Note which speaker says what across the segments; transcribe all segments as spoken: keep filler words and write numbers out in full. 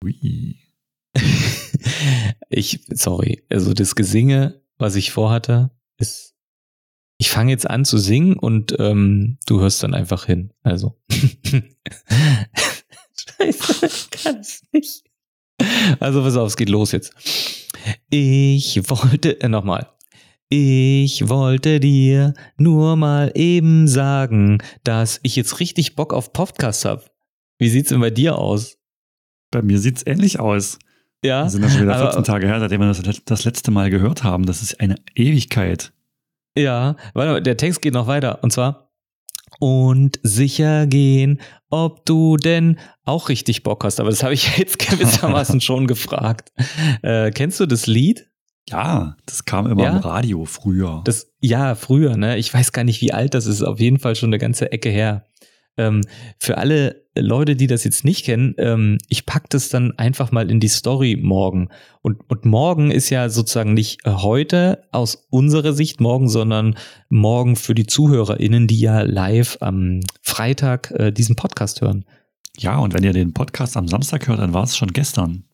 Speaker 1: Ui.
Speaker 2: Ich, sorry, also das Gesinge, was ich vorhatte, ist, ich fange jetzt an zu singen und ähm, du hörst dann einfach hin. Also. Scheiße, ich kann es nicht. Also pass auf, es geht los jetzt. Ich wollte, äh, nochmal. Ich wollte dir nur mal eben sagen, dass ich jetzt richtig Bock auf Podcast habe. Wie sieht's denn bei dir aus?
Speaker 1: Bei mir sieht's ähnlich aus.
Speaker 2: Ja.
Speaker 1: Das sind ja schon wieder vierzehn
Speaker 2: aber,
Speaker 1: Tage her, seitdem wir das, das letzte Mal gehört haben. Das ist eine Ewigkeit.
Speaker 2: Ja, warte mal, der Text geht noch weiter. Und zwar, und sicher gehen, ob du denn auch richtig Bock hast. Aber das habe ich jetzt gewissermaßen schon gefragt. Äh, kennst du das Lied?
Speaker 1: Ja, das kam immer
Speaker 2: Ja?
Speaker 1: im Radio früher.
Speaker 2: Das, ja, früher, ne? Ich weiß gar nicht, wie alt das ist. Auf jeden Fall schon eine ganze Ecke her. Ähm, für alle Leute, die das jetzt nicht kennen, ähm, ich pack das dann einfach mal in die Story morgen. Und, und morgen ist ja sozusagen nicht heute aus unserer Sicht morgen, sondern morgen für die ZuhörerInnen, die ja live am Freitag äh, diesen Podcast hören.
Speaker 1: Ja, und wenn ihr den Podcast am Samstag hört, dann war es schon gestern.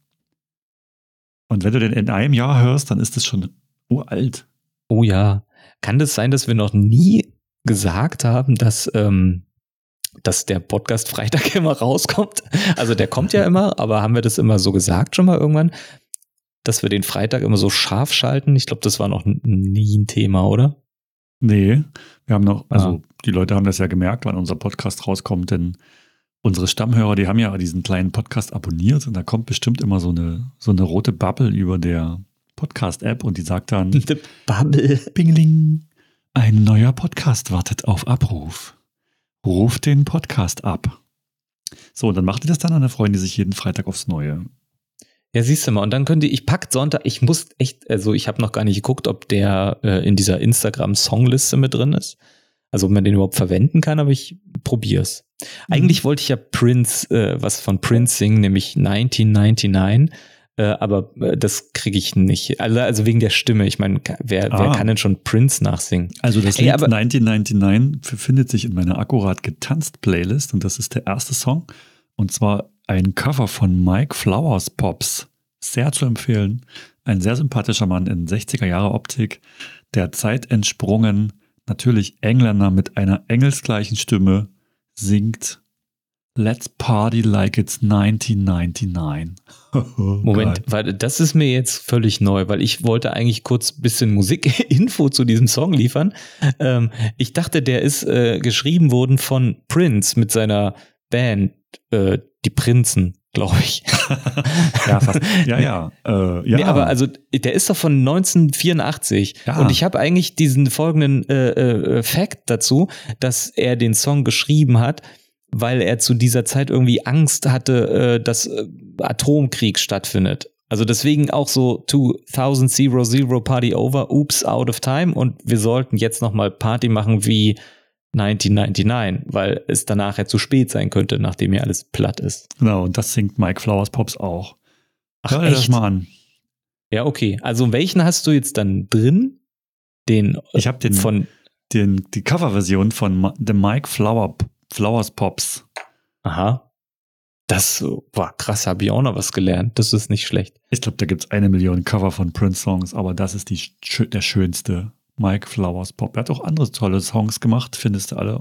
Speaker 1: Und wenn du den in einem Jahr hörst, dann ist es schon uralt.
Speaker 2: Oh ja. Kann das sein, dass wir noch nie gesagt haben, dass, ähm, dass der Podcast Freitag immer rauskommt? Also der kommt ja immer, aber haben wir das immer so gesagt schon mal irgendwann, dass wir den Freitag immer so scharf schalten? Ich glaube, das war noch nie ein Thema, oder?
Speaker 1: Nee, wir haben noch, also
Speaker 2: Ah.
Speaker 1: die Leute haben das ja gemerkt, wann unser Podcast rauskommt, denn unsere Stammhörer, die haben ja diesen kleinen Podcast abonniert und da kommt bestimmt immer so eine, so eine rote Bubble über der Podcast-App und die sagt dann,
Speaker 2: The Bubble.
Speaker 1: Bingling, ein neuer Podcast wartet auf Abruf. Ruft den Podcast ab. So, und dann macht ihr das dann und dann freuen die sich jeden Freitag aufs Neue.
Speaker 2: Ja, siehst du mal. Und dann könnt ihr, ich pack Sonntag, ich muss echt, also ich habe noch gar nicht geguckt, ob der äh, in dieser Instagram-Songliste mit drin ist. Also ob man den überhaupt verwenden kann, aber ich probier's. Eigentlich wollte ich ja Prince, äh, was von Prince singen, nämlich neunzehnhundertneunundneunzig, äh, aber äh, das kriege ich nicht. Also, also wegen der Stimme. Ich meine, wer,
Speaker 1: Ah.
Speaker 2: wer kann denn schon Prince nachsingen?
Speaker 1: Also das
Speaker 2: Ey,
Speaker 1: Lied
Speaker 2: aber-
Speaker 1: neunzehnhundertneunundneunzig befindet sich in meiner akkurat getanzt Playlist und das ist der erste Song und zwar ein Cover von Mike Flowers Pops. Sehr zu empfehlen. Ein sehr sympathischer Mann in sechziger Jahre Optik, der Zeit entsprungen, natürlich Engländer mit einer engelsgleichen Stimme, singt Let's Party Like It's neunzehnhundertneunundneunzig.
Speaker 2: Moment, weil das ist mir jetzt völlig neu, weil ich wollte eigentlich kurz ein bisschen Musikinfo zu diesem Song liefern. Ähm, ich dachte, der ist äh, geschrieben worden von Prince mit seiner Band, äh, die Prinzen, glaube ich.
Speaker 1: Ja, fast. Ja, ja. Äh, ja.
Speaker 2: Nee, aber also der ist doch von neunzehnhundertvierundachtzig
Speaker 1: Ja.
Speaker 2: und ich habe eigentlich diesen folgenden äh, äh, Fact dazu, dass er den Song geschrieben hat, weil er zu dieser Zeit irgendwie Angst hatte, äh, dass äh, Atomkrieg stattfindet. Also deswegen auch so zweitausend Party over, oops, out of time und wir sollten jetzt nochmal Party machen wie neunzehnhundertneunundneunzig, weil es danach ja zu spät sein könnte, nachdem ja alles platt ist.
Speaker 1: Genau, und das singt Mike Flowers Pops auch.
Speaker 2: Ach,
Speaker 1: Hör dir das
Speaker 2: echt?
Speaker 1: mal an.
Speaker 2: Ja, okay. Also welchen hast du jetzt dann drin? Den
Speaker 1: Ich habe den,
Speaker 2: von
Speaker 1: den, die Coverversion von Ma- The Mike Flower, Flowers Pops.
Speaker 2: Aha. Das war krass, habe ich auch noch was gelernt. Das ist nicht schlecht.
Speaker 1: Ich glaube, da gibt es eine Million Cover von Prince-Songs, aber das ist die, schö- der schönste. Mike Flowers Pop. Er hat auch andere tolle Songs gemacht, findest du alle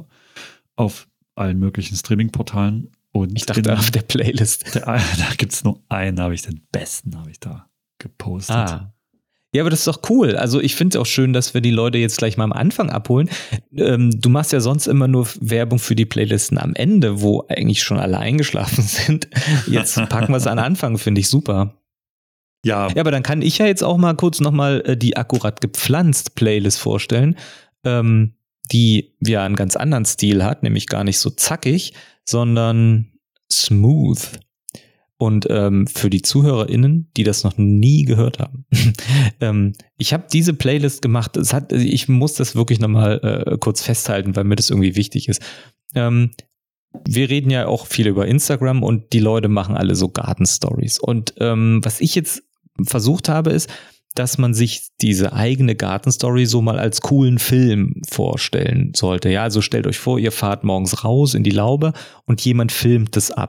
Speaker 1: auf allen möglichen Streaming-Portalen. Und
Speaker 2: Ich dachte
Speaker 1: in
Speaker 2: auf der Playlist.
Speaker 1: der, da gibt es nur einen, da habe ich den besten, habe ich da gepostet.
Speaker 2: Ah. Ja, aber das ist doch cool. Also ich finde es auch schön, dass wir die Leute jetzt gleich mal am Anfang abholen. Ähm, du machst ja sonst immer nur Werbung für die Playlisten am Ende, wo eigentlich schon alle eingeschlafen sind. Jetzt packen wir es an Anfang, finde ich super.
Speaker 1: Ja,
Speaker 2: Ja, aber dann kann ich ja jetzt auch mal kurz nochmal äh, die akkurat gepflanzt Playlist vorstellen, ähm, die ja einen ganz anderen Stil hat, nämlich gar nicht so zackig, sondern smooth. Und ähm, für die ZuhörerInnen, die das noch nie gehört haben, ähm, ich habe diese Playlist gemacht. Es hat, ich muss das wirklich nochmal äh, kurz festhalten, weil mir das irgendwie wichtig ist. Ähm, wir reden ja auch viel über Instagram und die Leute machen alle so Garten-Stories. Und ähm, was ich jetzt versucht habe, ist, dass man sich diese eigene Gartenstory so mal als coolen Film vorstellen sollte. Ja, also stellt euch vor, ihr fahrt morgens raus in die Laube und jemand filmt das ab.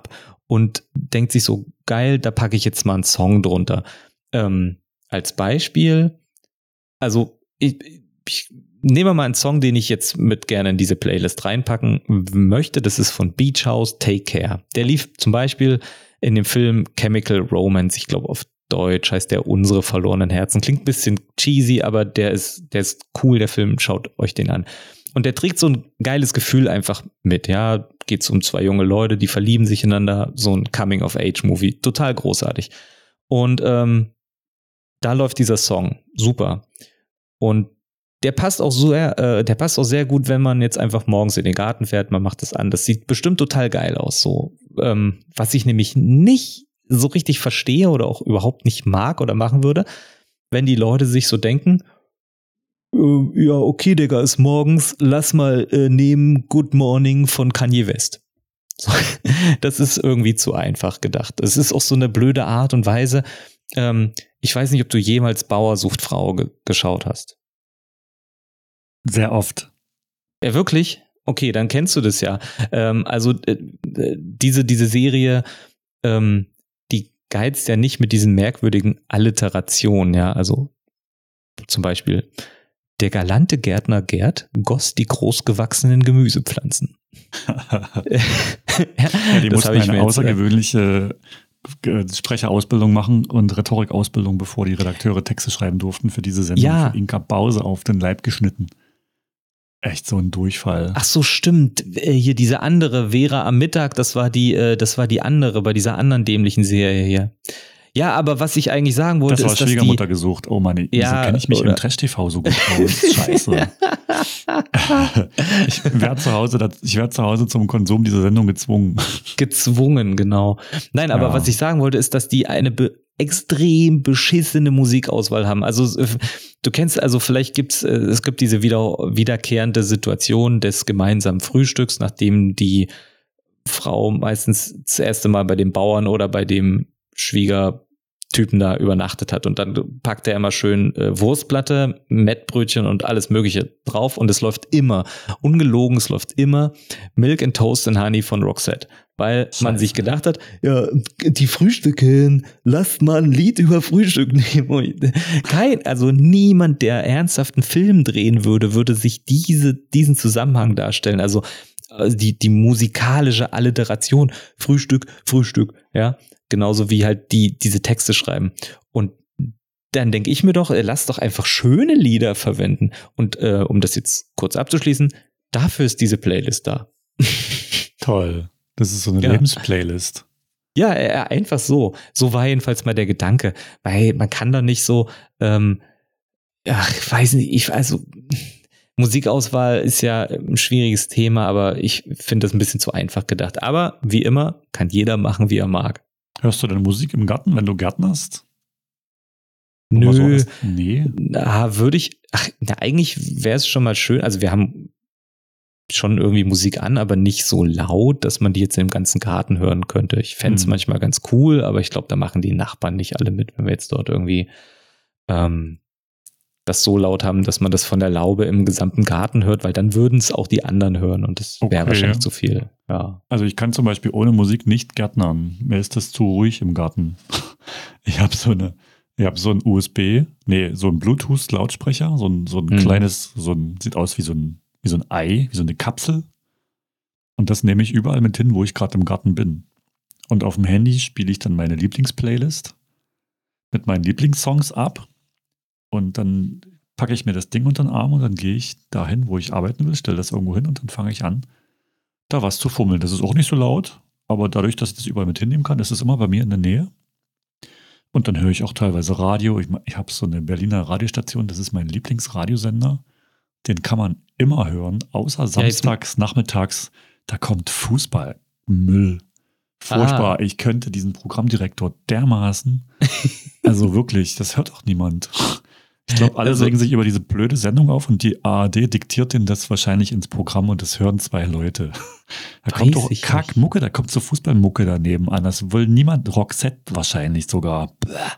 Speaker 2: und denkt sich so, geil, da packe ich jetzt mal einen Song drunter. Ähm, als Beispiel, also ich, ich nehme mal einen Song, den ich jetzt mit gerne in diese Playlist reinpacken möchte. Das ist von Beach House, Take Care. Der lief zum Beispiel in dem Film Chemical Romance. Ich glaube, auf Deutsch heißt der Unsere verlorenen Herzen. Klingt ein bisschen cheesy, aber der ist, der ist cool, der Film. Schaut euch den an. Und der trägt so ein geiles Gefühl einfach mit. Ja, geht's um zwei junge Leute, die verlieben sich ineinander. So ein Coming-of-Age-Movie. Total großartig. Und ähm, da läuft dieser Song. Super. Und der passt auch so, äh, der passt auch sehr gut, wenn man jetzt einfach morgens in den Garten fährt, man macht das an. Das sieht bestimmt total geil aus. So, ähm, was ich nämlich nicht so richtig verstehe oder auch überhaupt nicht mag oder machen würde, wenn die Leute sich so denken, äh, ja, okay, Digga, ist morgens, lass mal äh, nehmen Good Morning von Kanye West. So, das ist irgendwie zu einfach gedacht. Es ist auch so eine blöde Art und Weise. Ähm, ich weiß nicht, ob du jemals Bauer sucht Frau ge- geschaut hast.
Speaker 1: Sehr oft.
Speaker 2: Ja, wirklich? Okay, dann kennst du das ja. Ähm, also äh, diese, diese Serie, ähm, die geizt ja nicht mit diesen merkwürdigen Alliterationen, ja. Also zum Beispiel, der galante Gärtner Gerd goss die großgewachsenen Gemüsepflanzen.
Speaker 1: ja, die mussten eine außergewöhnliche Sprecherausbildung machen und Rhetorikausbildung, bevor die Redakteure Texte schreiben durften für diese Sendung,
Speaker 2: ja.
Speaker 1: Für Inka Bause auf den Leib geschnitten. Echt so ein Durchfall.
Speaker 2: Ach so, stimmt. Hier diese andere, Vera am Mittag, das war die, das war die andere bei dieser anderen dämlichen Serie hier. Ja, aber was ich eigentlich sagen wollte,
Speaker 1: das war
Speaker 2: ist, dass
Speaker 1: Schwiegermutter
Speaker 2: die,
Speaker 1: gesucht. Oh Mann,
Speaker 2: ja,
Speaker 1: wieso kenne ich mich
Speaker 2: oder?
Speaker 1: im Trash-T V so gut aus? Scheiße. ich werde zu Hause, ich werde zu Hause zum Konsum dieser Sendung gezwungen.
Speaker 2: Gezwungen, genau. Nein, aber
Speaker 1: ja.
Speaker 2: was ich sagen wollte, ist, dass die eine be- extrem beschissene Musikauswahl haben. Also du kennst, also vielleicht gibt's, es gibt diese wieder, wiederkehrende Situation des gemeinsamen Frühstücks, nachdem die Frau meistens das erste Mal bei dem Bauern oder bei dem Schwiegertypen da übernachtet hat. Und dann packt er immer schön äh, Wurstplatte, Mettbrötchen und alles Mögliche drauf. Und es läuft immer, ungelogen, es läuft immer Milk and Toast and Honey von Roxette. Weil Scheiße. Man sich gedacht hat, ja, die frühstücken, lasst mal ein Lied über Frühstück nehmen. Kein, also niemand, der ernsthaft einen Film drehen würde, würde sich diese, diesen Zusammenhang darstellen. Also die, die musikalische Alliteration, Frühstück, Frühstück, ja. Genauso wie halt die diese Texte schreiben. Und dann denke ich mir doch, lass doch einfach schöne Lieder verwenden. Und äh, um das jetzt kurz abzuschließen, dafür ist diese Playlist da.
Speaker 1: Toll. Das ist so eine ja. Lebensplaylist.
Speaker 2: Ja, einfach so. So war jedenfalls mal der Gedanke. Weil man kann doch nicht so, ähm, ach, ich weiß nicht, ich, also Musikauswahl ist ja ein schwieriges Thema, aber ich finde das ein bisschen zu einfach gedacht. Aber wie immer, kann jeder machen, wie er mag.
Speaker 1: Hörst du denn Musik im Garten, wenn du gärtnerst?
Speaker 2: Nö. So
Speaker 1: nee.
Speaker 2: Na, würde ich, ach, na, eigentlich wäre es schon mal schön. Also wir haben schon irgendwie Musik an, aber nicht so laut, dass man die jetzt im ganzen Garten hören könnte. Ich fände es hm. manchmal ganz cool, aber ich glaube, da machen die Nachbarn nicht alle mit, wenn wir jetzt dort irgendwie ähm, das so laut haben, dass man das von der Laube im gesamten Garten hört, weil dann würden es auch die anderen hören und das wäre okay. wahrscheinlich zu viel. Ja.
Speaker 1: Also ich kann zum Beispiel ohne Musik nicht gärtnern. Mir ist das zu ruhig im Garten. Ich habe so eine, ich habe so ein U S B, nee, so ein Bluetooth-Lautsprecher, so ein, so ein mhm. kleines, so ein, sieht aus wie so ein, wie so ein Ei, wie so eine Kapsel. Und das nehme ich überall mit hin, wo ich gerade im Garten bin. Und auf dem Handy spiele ich dann meine Lieblingsplaylist mit meinen Lieblingssongs ab. Und dann packe ich mir das Ding unter den Arm und dann gehe ich dahin, wo ich arbeiten will, stelle das irgendwo hin und dann fange ich an, da was zu fummeln. Das ist auch nicht so laut, aber dadurch, dass ich das überall mit hinnehmen kann, ist es immer bei mir in der Nähe. Und dann höre ich auch teilweise Radio. Ich, ich habe so eine Berliner Radiostation, das ist mein Lieblingsradiosender. Den kann man immer hören, außer samstags, ja, nachmittags, da kommt Fußballmüll. Furchtbar. Ah. Ich könnte diesen Programmdirektor dermaßen, also wirklich, das hört auch niemand. Ich glaube, alle also, regen sich über diese blöde Sendung auf und die A R D diktiert denen das wahrscheinlich ins Programm und das hören zwei Leute. Da kommt doch Kackmucke, da kommt so Fußballmucke daneben an. Das will niemand, Roxette wahrscheinlich sogar.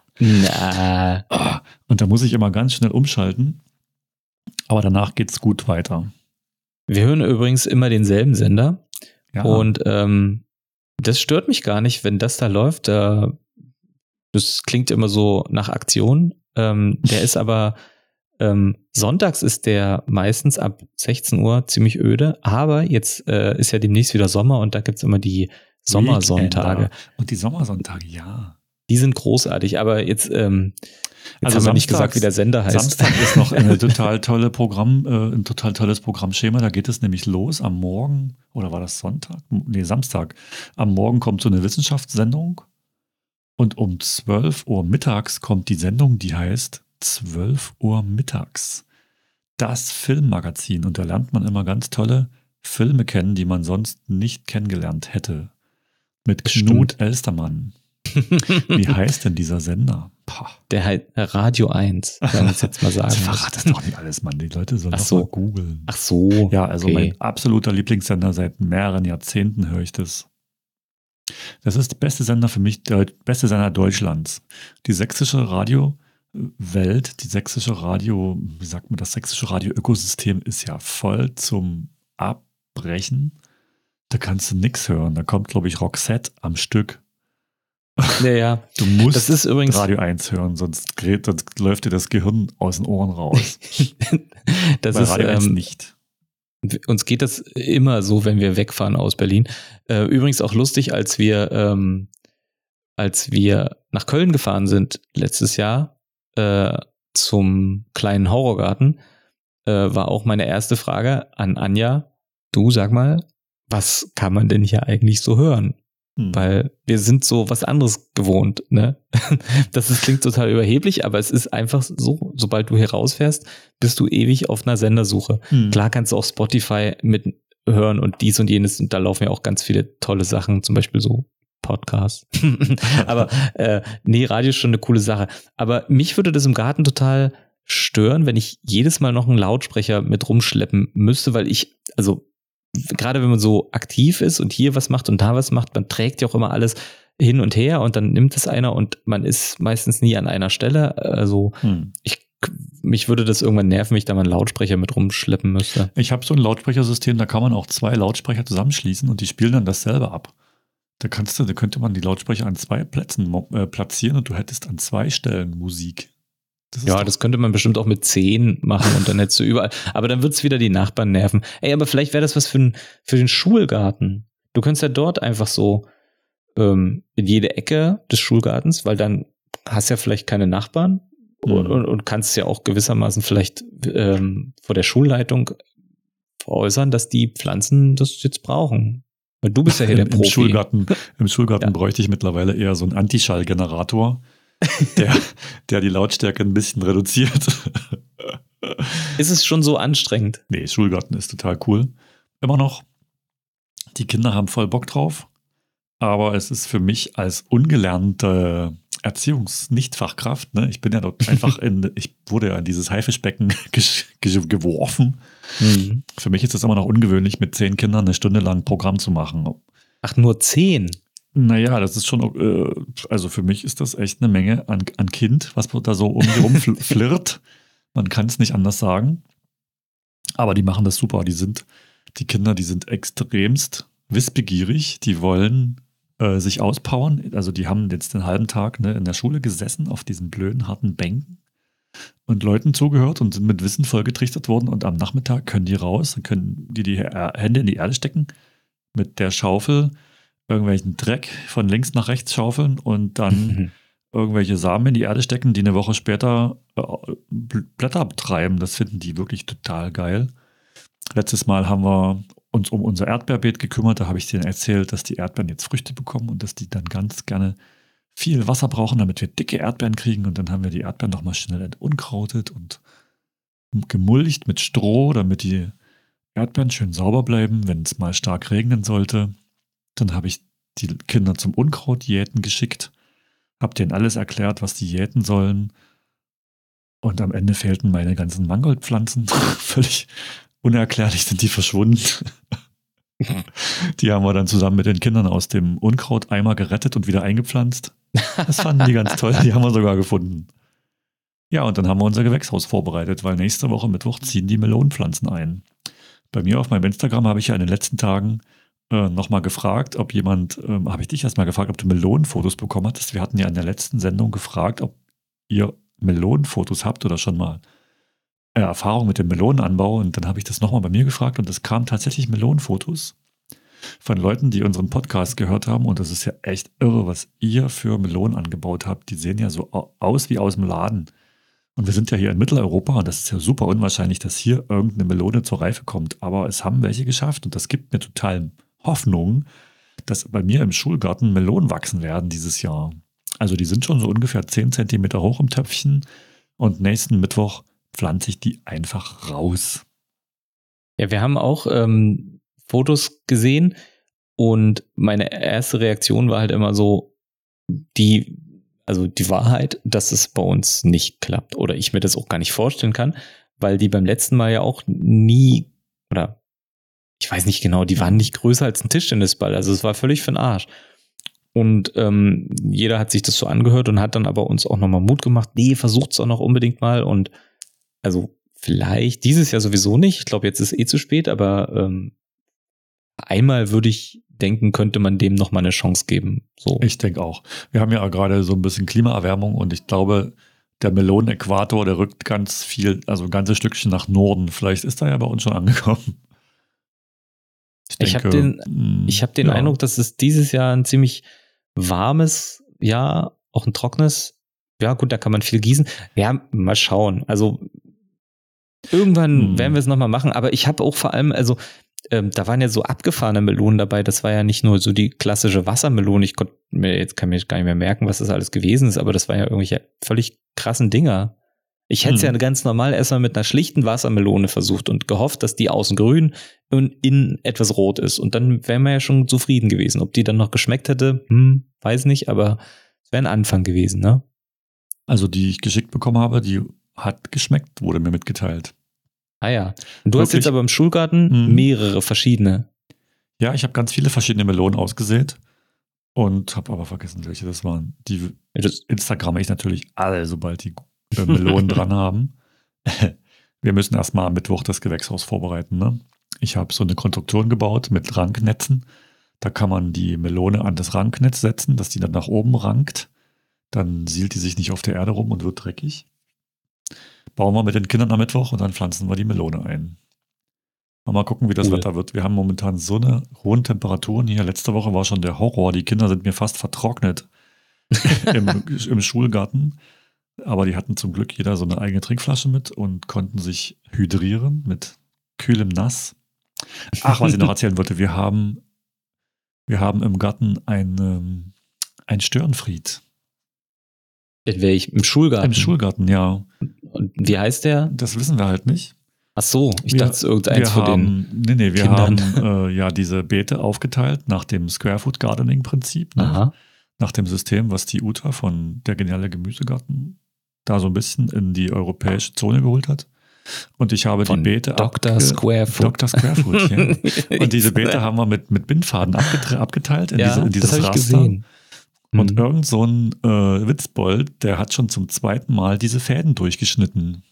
Speaker 2: Na.
Speaker 1: Und da muss ich immer ganz schnell umschalten. Aber danach geht's gut weiter.
Speaker 2: Wir hören übrigens immer denselben Sender.
Speaker 1: Ja.
Speaker 2: Und ähm, Das stört mich gar nicht, wenn das da läuft. Äh, das klingt immer so nach Aktion. Ähm, der ist aber ähm, sonntags ist der meistens ab sechzehn Uhr ziemlich öde, aber jetzt äh, ist ja demnächst wieder Sommer und da gibt's immer die Sommersonntage.
Speaker 1: Weekender. Und die Sommersonntage, ja.
Speaker 2: Die sind großartig, aber jetzt, ähm, jetzt
Speaker 1: Also
Speaker 2: haben wir nicht
Speaker 1: samstags-
Speaker 2: gesagt, wie der Sender heißt.
Speaker 1: Samstag ist noch eine total tolle Programm, äh, ein total tolles Programmschema. Da geht es nämlich los am Morgen, oder war das Sonntag? Nee, Samstag. Am Morgen kommt so eine Wissenschaftssendung und um zwölf Uhr mittags kommt die Sendung, die heißt zwölf Uhr mittags. Das Filmmagazin. Und da lernt man immer ganz tolle Filme kennen, die man sonst nicht kennengelernt hätte. Mit Knut
Speaker 2: Stimmt.
Speaker 1: Elstermann. Wie heißt denn dieser Sender? Pah.
Speaker 2: Der heißt Radio eins, wenn man es jetzt mal sagen
Speaker 1: Das
Speaker 2: muss.
Speaker 1: verrat das doch nicht alles, Mann. Die Leute sollen
Speaker 2: Ach
Speaker 1: doch
Speaker 2: so.
Speaker 1: mal googeln.
Speaker 2: Ach so.
Speaker 1: Ja, also
Speaker 2: okay.
Speaker 1: mein absoluter Lieblingssender seit mehreren Jahrzehnten höre ich das. Das ist der beste Sender für mich, der beste Sender Deutschlands. Die sächsische Radiowelt, die sächsische Radio, wie sagt man, das sächsische Radio-Ökosystem ist ja voll zum Abbrechen. Da kannst du nichts hören. Da kommt, glaube ich, Roxette am Stück.
Speaker 2: Ja, ja.
Speaker 1: Du musst
Speaker 2: Das ist übrigens
Speaker 1: Radio eins hören, sonst, gerät, sonst läuft dir das Gehirn aus den Ohren raus.
Speaker 2: das
Speaker 1: Bei
Speaker 2: ist
Speaker 1: Radio eins
Speaker 2: ähm,
Speaker 1: nicht.
Speaker 2: uns geht das immer so, wenn wir wegfahren aus Berlin. Äh, übrigens auch lustig, als wir ähm, als wir nach Köln gefahren sind letztes Jahr äh, zum kleinen Horrorgarten, äh, war auch meine erste Frage an Anja. Du, sag mal, was kann man denn hier eigentlich so hören?
Speaker 1: Hm.
Speaker 2: Weil wir sind so was anderes gewohnt, ne? Das ist, klingt total überheblich, aber es ist einfach so, sobald du hier rausfährst, bist du ewig auf einer Sendersuche.
Speaker 1: Hm.
Speaker 2: Klar kannst du auch Spotify mit hören und dies und jenes und da laufen ja auch ganz viele tolle Sachen, zum Beispiel so Podcasts. Aber äh, nee, Radio ist schon eine coole Sache. Aber mich würde das im Garten total stören, wenn ich jedes Mal noch einen Lautsprecher mit rumschleppen müsste, weil ich, also gerade wenn man so aktiv ist und hier was macht und da was macht, man trägt ja auch immer alles hin und her und dann nimmt es einer und man ist meistens nie an einer Stelle. Also
Speaker 1: Hm.
Speaker 2: ich, mich würde das irgendwann nerven, wenn ich da mal einen Lautsprecher mit rumschleppen müsste.
Speaker 1: Ich habe so ein Lautsprechersystem, da kann man auch zwei Lautsprecher zusammenschließen und die spielen dann dasselbe ab. Da kannst du, da könnte man die Lautsprecher an zwei Plätzen mo- äh, platzieren und du hättest an zwei Stellen Musik. Das ist
Speaker 2: Ja,
Speaker 1: doch-
Speaker 2: das könnte man bestimmt auch mit zehn machen und dann hättest du überall. Aber dann wird's wieder die Nachbarn nerven. Ey, aber vielleicht wäre das was für, n- für den Schulgarten. Du könntest ja dort einfach so ähm, in jede Ecke des Schulgartens, weil dann hast ja vielleicht keine Nachbarn
Speaker 1: Mhm.
Speaker 2: und, und, und kannst ja auch gewissermaßen vielleicht ähm, vor der Schulleitung veräußern, dass die Pflanzen das jetzt brauchen. Weil du bist ja hier der
Speaker 1: Im,
Speaker 2: Profi.
Speaker 1: im Schulgarten, im Schulgarten
Speaker 2: Ja.
Speaker 1: bräuchte ich mittlerweile eher so einen Antischallgenerator, der, der die Lautstärke ein bisschen reduziert.
Speaker 2: Ist es schon so anstrengend?
Speaker 1: Nee, Schulgarten ist total cool. Immer noch. Die Kinder haben voll Bock drauf. Aber es ist für mich als ungelernte Erziehungs-Nicht-Fachkraft, ne, ich bin ja dort einfach in, ich wurde ja in dieses Haifischbecken gesch- gesch- geworfen.
Speaker 2: Mhm.
Speaker 1: Für mich ist es immer noch ungewöhnlich, mit zehn Kindern eine Stunde lang Programm zu machen.
Speaker 2: Ach, nur zehn?
Speaker 1: Naja, das ist schon, äh, also für mich ist das echt eine Menge an, an Kind, was da so um die rum fl- flirrt. Man kann es nicht anders sagen. Aber die machen das super. Die sind, die Kinder, die sind extremst wissbegierig. Die wollen äh, sich auspowern. Also die haben jetzt den halben Tag ne, in der Schule gesessen auf diesen blöden, harten Bänken und Leuten zugehört und sind mit Wissen vollgetrichtert worden. Und am Nachmittag können die raus, dann können die die Hände in die Erde stecken, mit der Schaufel irgendwelchen Dreck von links nach rechts schaufeln und dann irgendwelche Samen in die Erde stecken, die eine Woche später äh, Blätter treiben. Das finden die wirklich total geil. Letztes Mal haben wir uns um unser Erdbeerbeet gekümmert. Da habe ich denen erzählt, dass die Erdbeeren jetzt Früchte bekommen und dass die dann ganz gerne viel Wasser brauchen, damit wir dicke Erdbeeren kriegen. Und dann haben wir die Erdbeeren nochmal schnell entunkrautet und gemulcht mit Stroh, damit die Erdbeeren schön sauber bleiben, wenn es mal stark regnen sollte. Dann habe ich die Kinder zum Unkrautjäten geschickt, habe denen alles erklärt, was die jäten sollen. Und am Ende fehlten meine ganzen Mangoldpflanzen. Völlig unerklärlich sind die verschwunden. Die haben wir dann zusammen mit den Kindern aus dem Unkrauteimer gerettet und wieder eingepflanzt. Das fanden die ganz toll. Die haben wir sogar gefunden. Ja, und dann haben wir unser Gewächshaus vorbereitet, weil nächste Woche Mittwoch ziehen die Melonenpflanzen ein. Bei mir auf meinem Instagram habe ich ja in den letzten Tagen äh, nochmal gefragt, ob jemand, ähm, habe ich dich erstmal gefragt, ob du Melonenfotos bekommen hattest. Wir hatten ja in der letzten Sendung gefragt, ob ihr Melonenfotos habt oder schon mal äh, Erfahrung mit dem Melonenanbau. Und dann habe ich das nochmal bei mir gefragt und es kamen tatsächlich Melonenfotos von Leuten, die unseren Podcast gehört haben. Und das ist ja echt irre, was ihr für Melonen angebaut habt. Die sehen ja so aus wie aus dem Laden. Und wir sind ja hier in Mitteleuropa und das ist ja super unwahrscheinlich, dass hier irgendeine Melone zur Reife kommt. Aber es haben welche geschafft und das gibt mir total Hoffnung, dass bei mir im Schulgarten Melonen wachsen werden dieses Jahr. Also die sind schon so ungefähr zehn Zentimeter hoch im Töpfchen und nächsten Mittwoch pflanze ich die einfach raus.
Speaker 2: Ja, wir haben auch ähm, Fotos gesehen und meine erste Reaktion war halt immer so, die, also die Wahrheit, dass es bei uns nicht klappt oder ich mir das auch gar nicht vorstellen kann, weil die beim letzten Mal ja auch nie, oder ich weiß nicht genau, die waren nicht größer als ein Tischtennisball, also es war völlig für den Arsch. Und ähm, jeder hat sich das so angehört und hat dann aber uns auch nochmal Mut gemacht, nee, versucht's auch noch unbedingt mal und also vielleicht dieses Jahr sowieso nicht, ich glaube, jetzt ist eh zu spät, aber ähm, einmal würde ich denken, könnte man dem nochmal eine Chance geben. So.
Speaker 1: Ich denke auch. Wir haben ja gerade so ein bisschen Klimaerwärmung und ich glaube, der Melonenäquator, der rückt ganz viel, also ein ganzes Stückchen nach Norden. Vielleicht ist er ja bei uns schon angekommen.
Speaker 2: Ich, ich habe den, ich hab den ja. Eindruck, dass es dieses Jahr ein ziemlich warmes Jahr, auch ein trockenes. Ja gut, da kann man viel gießen. Ja, mal schauen. Also irgendwann hm. werden wir es nochmal machen. Aber ich habe auch vor allem, also ähm, da waren ja so abgefahrene Melonen dabei. Das war ja nicht nur so die klassische Wassermelone. Ich konnte mir jetzt kann mir gar nicht mehr merken, was das alles gewesen ist. Aber das waren ja irgendwelche völlig krassen Dinger. Ich hätte es hm. ja ganz normal erstmal mit einer schlichten Wassermelone versucht und gehofft, dass die außen grün und innen etwas rot ist. Und dann wären wir ja schon zufrieden gewesen. Ob die dann noch geschmeckt hätte, hm, weiß nicht, aber es wäre ein Anfang gewesen, ne?
Speaker 1: Also die ich geschickt bekommen habe, die hat geschmeckt, wurde mir mitgeteilt.
Speaker 2: Ah ja. Und du Wirklich? Hast jetzt aber im Schulgarten hm. mehrere verschiedene.
Speaker 1: Ja, ich habe ganz viele verschiedene Melonen ausgesät und habe aber vergessen, welche das waren. Die das Instagramme ich natürlich alle, sobald die Melonen dran haben. Wir müssen erstmal am Mittwoch das Gewächshaus vorbereiten. Ne? Ich habe so eine Konstruktion gebaut mit Ranknetzen. Da kann man die Melone an das Ranknetz setzen, dass die dann nach oben rankt. Dann sielt die sich nicht auf der Erde rum und wird dreckig. Bauen wir mit den Kindern am Mittwoch und dann pflanzen wir die Melone ein. Mal gucken, wie das cool. Wetter wird. Wir haben momentan so eine hohen Temperaturen hier. Letzte Woche war schon der Horror. Die Kinder sind mir fast vertrocknet im, im Schulgarten. Aber die hatten zum Glück jeder so eine eigene Trinkflasche mit und konnten sich hydrieren mit kühlem Nass. Ach, was ich noch erzählen wollte, wir haben, wir haben im Garten ein, ein Störenfried.
Speaker 2: In welchem? Im Schulgarten?
Speaker 1: Im Schulgarten, ja.
Speaker 2: Und wie heißt der?
Speaker 1: Das wissen wir halt nicht.
Speaker 2: Ach so, ich wir, dachte, es ist irgendeins von den
Speaker 1: Nee, nee, wir
Speaker 2: Kindern.
Speaker 1: haben äh, ja diese Beete aufgeteilt nach dem Square Food Gardening Prinzip. Ne?
Speaker 2: Aha.
Speaker 1: Nach dem System, was die Uta von der geniale Gemüsegarten da so ein bisschen in die europäische Zone geholt hat. Und ich habe
Speaker 2: von
Speaker 1: die Beete
Speaker 2: Doktor Square Food.
Speaker 1: Doktor Square Food, ja. Und diese Beete haben wir mit, mit Bindfaden abgetre- abgeteilt in,
Speaker 2: ja,
Speaker 1: diese, in dieses
Speaker 2: das
Speaker 1: Raster.
Speaker 2: Gesehen.
Speaker 1: Und
Speaker 2: mhm.
Speaker 1: irgend so ein äh, Witzbold, der hat schon zum zweiten Mal diese Fäden durchgeschnitten.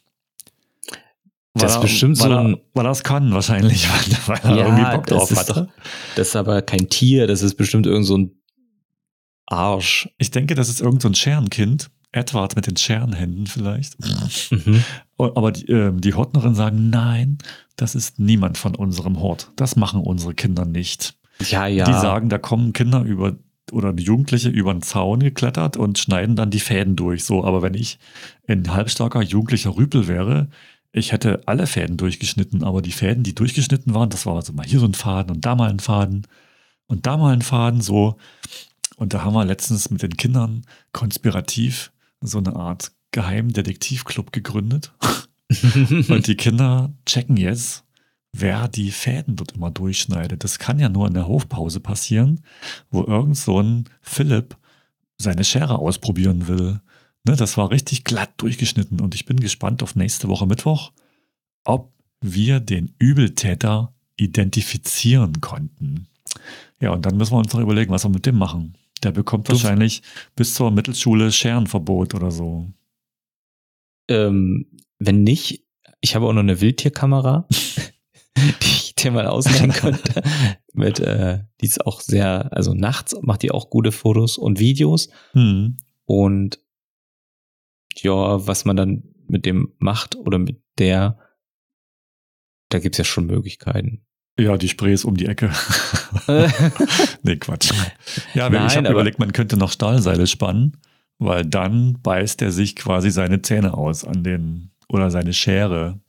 Speaker 2: Das ist bestimmt
Speaker 1: weil
Speaker 2: so
Speaker 1: ein...
Speaker 2: Er,
Speaker 1: weil er es kann wahrscheinlich, weil er
Speaker 2: ja,
Speaker 1: irgendwie Bock drauf
Speaker 2: das
Speaker 1: hatte.
Speaker 2: Doch, das ist aber kein Tier, das ist bestimmt irgend so ein Arsch.
Speaker 1: Ich denke, das ist irgend so ein Scherenkind. Edward mit den Scherenhänden vielleicht.
Speaker 2: Mhm.
Speaker 1: Aber die, äh, die Hortnerin sagen, nein, das ist niemand von unserem Hort. Das machen unsere Kinder nicht.
Speaker 2: Ja, ja.
Speaker 1: Die sagen, da kommen Kinder über oder die Jugendliche über den Zaun geklettert und schneiden dann die Fäden durch. So, aber wenn ich ein halbstarker jugendlicher Rüpel wäre, ich hätte alle Fäden durchgeschnitten, aber die Fäden, die durchgeschnitten waren, das war also mal hier so ein Faden und da mal ein Faden und da mal ein Faden, so. Und da haben wir letztens mit den Kindern konspirativ so eine Art Geheimdetektivclub gegründet. Und die Kinder checken jetzt, wer die Fäden dort immer durchschneidet. Das kann ja nur in der Hofpause passieren, wo irgend so ein Philipp seine Schere ausprobieren will. Ne, das war richtig glatt durchgeschnitten und ich bin gespannt auf nächste Woche Mittwoch, ob wir den Übeltäter identifizieren konnten. Ja, und dann müssen wir uns noch überlegen, was wir mit dem machen. Der bekommt wahrscheinlich bis zur Mittelschule Scherenverbot oder so.
Speaker 2: Ähm, wenn nicht, ich habe auch noch eine Wildtierkamera. die, dir mal ausleihen könnte. Mit, äh, die ist auch sehr, also nachts macht die auch gute Fotos und Videos.
Speaker 1: Hm.
Speaker 2: Und ja, was man dann mit dem macht oder mit der, da gibt's ja schon Möglichkeiten.
Speaker 1: Ja, die Spree ist um die Ecke. Nee, Quatsch. Ja,
Speaker 2: Nein,
Speaker 1: ich habe
Speaker 2: aber-
Speaker 1: überlegt, man könnte noch Stahlseile spannen, weil dann beißt er sich quasi seine Zähne aus an den, oder seine Schere.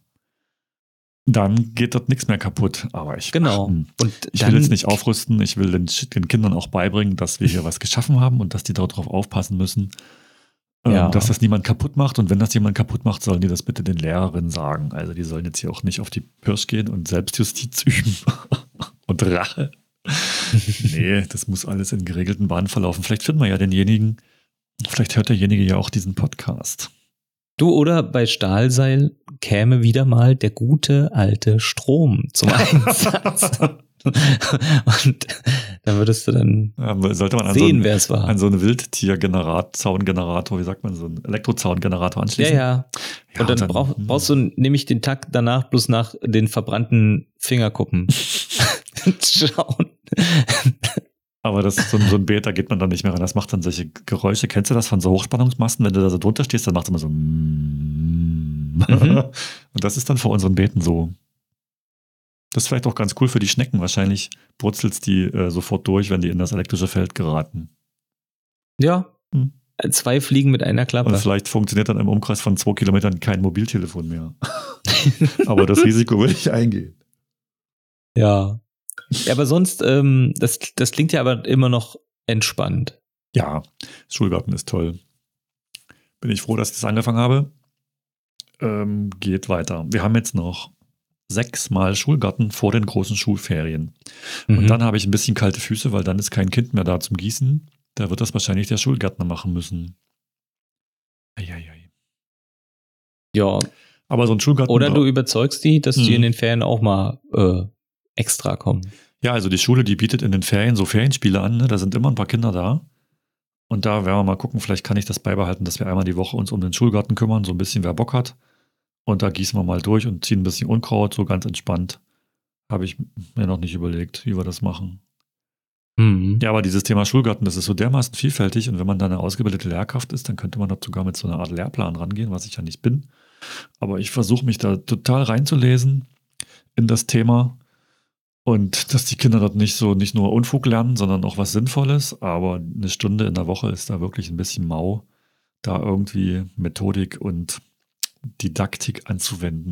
Speaker 1: Dann geht dort nichts mehr kaputt. Aber ich,
Speaker 2: Genau.
Speaker 1: ach, hm.
Speaker 2: Und
Speaker 1: ich
Speaker 2: dann,
Speaker 1: will jetzt nicht aufrüsten. Ich will den, den Kindern auch beibringen, dass wir hier was geschaffen haben und dass die darauf aufpassen müssen, ähm,
Speaker 2: Ja.
Speaker 1: dass das niemand kaputt macht. Und wenn das jemand kaputt macht, sollen die das bitte den Lehrerinnen sagen. Also die sollen jetzt hier auch nicht auf die Pirsch gehen und Selbstjustiz üben und Rache. Nee, das muss alles in geregelten Bahnen verlaufen. Vielleicht finden wir ja denjenigen, vielleicht hört derjenige ja auch diesen Podcast.
Speaker 2: du oder bei Stahlseil käme wieder mal der gute alte Strom zum Einsatz. Und dann würdest du dann
Speaker 1: Ja, sollte man an so
Speaker 2: sehen,
Speaker 1: einen,
Speaker 2: wer es war.
Speaker 1: an so einen Wildtiergenerator, Zaungenerator, wie sagt man, so einen Elektrozaungenerator
Speaker 2: Ja,
Speaker 1: anschließen.
Speaker 2: ja.
Speaker 1: Ja,
Speaker 2: Und dann,
Speaker 1: dann-
Speaker 2: brauch, brauchst du nämlich den Tag danach bloß nach den verbrannten Fingerkuppen schauen.
Speaker 1: Aber das ist so ein, so ein Beet, da geht man dann nicht mehr ran. Das macht dann solche Geräusche. Kennst du das von so Hochspannungsmasten? Wenn du da so drunter stehst, dann macht es immer so.
Speaker 2: Mhm.
Speaker 1: Und das ist dann vor unseren Beeten so. Das ist vielleicht auch ganz cool für die Schnecken. Wahrscheinlich brutzelt's die äh, sofort durch, wenn die in das elektrische Feld geraten.
Speaker 2: Ja.
Speaker 1: Hm.
Speaker 2: Zwei Fliegen mit einer
Speaker 1: Und
Speaker 2: Klappe.
Speaker 1: vielleicht funktioniert dann im Umkreis von zwei Kilometern kein Mobiltelefon mehr. Aber das Risiko will ich eingehen.
Speaker 2: Ja. Ja, aber sonst, ähm, das, das klingt ja aber immer noch entspannt.
Speaker 1: Ja, Schulgarten ist toll. Bin ich froh, dass ich das angefangen habe. Ähm, geht weiter. Wir haben jetzt noch sechsmal Schulgarten vor den großen Schulferien.
Speaker 2: Mhm.
Speaker 1: Und dann habe ich ein bisschen kalte Füße, weil dann ist kein Kind mehr da zum Gießen. Da wird das wahrscheinlich der Schulgärtner machen müssen. Eieiei.
Speaker 2: Ja.
Speaker 1: Aber so ein Schulgarten.
Speaker 2: Oder du überzeugst die, dass die
Speaker 1: Mhm.
Speaker 2: in den Ferien auch mal äh, extra kommen.
Speaker 1: Ja, also die Schule, die bietet in den Ferien so Ferienspiele an. Ne? Da sind immer ein paar Kinder da. Und da werden wir mal gucken, vielleicht kann ich das beibehalten, dass wir einmal die Woche uns um den Schulgarten kümmern, so ein bisschen, wer Bock hat. Und da gießen wir mal durch und ziehen ein bisschen Unkraut, so ganz entspannt. Habe ich mir noch nicht überlegt, wie wir das machen.
Speaker 2: Mhm.
Speaker 1: Ja, aber dieses Thema Schulgarten, das ist so dermaßen vielfältig. Und wenn man dann eine ausgebildete Lehrkraft ist, dann könnte man da sogar mit so einer Art Lehrplan rangehen, was ich ja nicht bin. Aber ich versuche mich da total reinzulesen in das Thema. Und dass die Kinder dort nicht so nicht nur Unfug lernen, sondern auch was Sinnvolles. Aber eine Stunde in der Woche ist da wirklich ein bisschen mau, da irgendwie Methodik und Didaktik anzuwenden.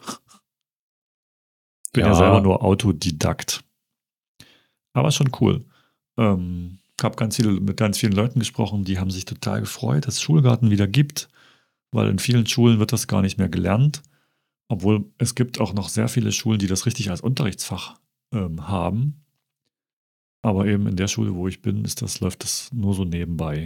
Speaker 1: Bin ja,
Speaker 2: Ja.
Speaker 1: selber nur Autodidakt. Aber schon cool. Ähm, habe ganz viele, mit ganz vielen Leuten gesprochen, die haben sich total gefreut, dass es Schulgarten wieder gibt, weil in vielen Schulen wird das gar nicht mehr gelernt. Obwohl es gibt auch noch sehr viele Schulen, die das richtig als Unterrichtsfach ähm, haben. Aber eben in der Schule, wo ich bin, ist das, läuft das nur so nebenbei.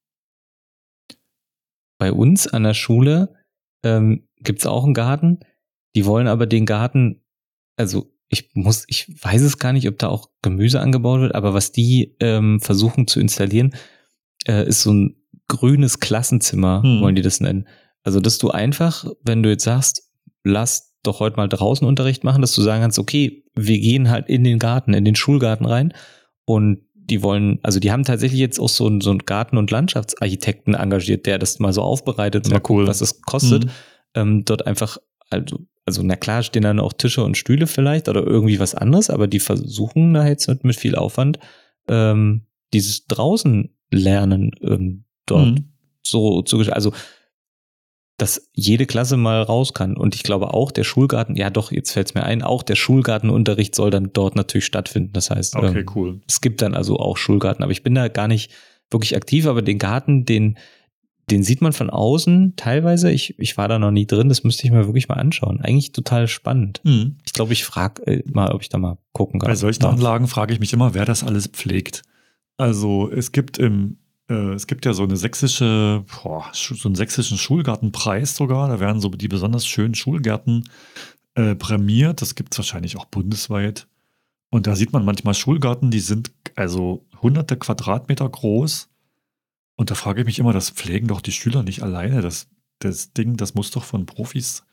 Speaker 2: Bei uns an der Schule ähm, gibt es auch einen Garten. Die wollen aber den Garten, also ich muss, ich weiß es gar nicht, ob da auch Gemüse angebaut wird, aber was die ähm, versuchen zu installieren, äh, ist so ein grünes Klassenzimmer,
Speaker 1: Hm.
Speaker 2: wollen die das nennen. Also, dass du einfach, wenn du jetzt sagst, lass doch heute mal draußen Unterricht machen, dass du sagen kannst, okay, wir gehen halt in den Garten, in den Schulgarten rein und die wollen, also die haben tatsächlich jetzt auch so einen, so einen Garten- und Landschaftsarchitekten engagiert, der das mal so aufbereitet und
Speaker 1: Ja,
Speaker 2: mal guckt,
Speaker 1: cool.
Speaker 2: was es kostet.
Speaker 1: Mhm.
Speaker 2: Ähm, dort einfach, also, also na klar stehen dann auch Tische und Stühle vielleicht oder irgendwie was anderes, aber die versuchen da jetzt mit, mit viel Aufwand ähm, dieses draußen Lernen ähm, dort
Speaker 1: Mhm.
Speaker 2: so zu gestalten. Also dass jede Klasse mal raus kann. Und ich glaube auch, der Schulgarten, ja doch, jetzt fällt es mir ein, auch der Schulgartenunterricht soll dann dort natürlich stattfinden. Das heißt,
Speaker 1: Okay,
Speaker 2: ähm,
Speaker 1: cool.
Speaker 2: es gibt dann also auch Schulgarten. Aber ich bin da gar nicht wirklich aktiv, aber den Garten, den, den sieht man von außen teilweise. Ich, ich war da noch nie drin, das müsste ich mir wirklich mal anschauen. Eigentlich total spannend.
Speaker 1: Mhm.
Speaker 2: Ich glaube, ich frage äh, mal, ob ich da mal gucken kann.
Speaker 1: Bei solchen
Speaker 2: darf.
Speaker 1: Anlagen frage ich mich immer, wer das alles pflegt. Also es gibt im äh, es gibt ja so eine sächsische, boah, sch- so einen sächsischen Schulgartenpreis sogar. Da werden so die besonders schönen Schulgärten äh, prämiert. Das gibt es wahrscheinlich auch bundesweit. Und da sieht man manchmal Schulgarten, die sind also hunderte Quadratmeter groß. Und da frage ich mich immer, das pflegen doch die Schüler nicht alleine. Das, das Ding, das muss doch von Profis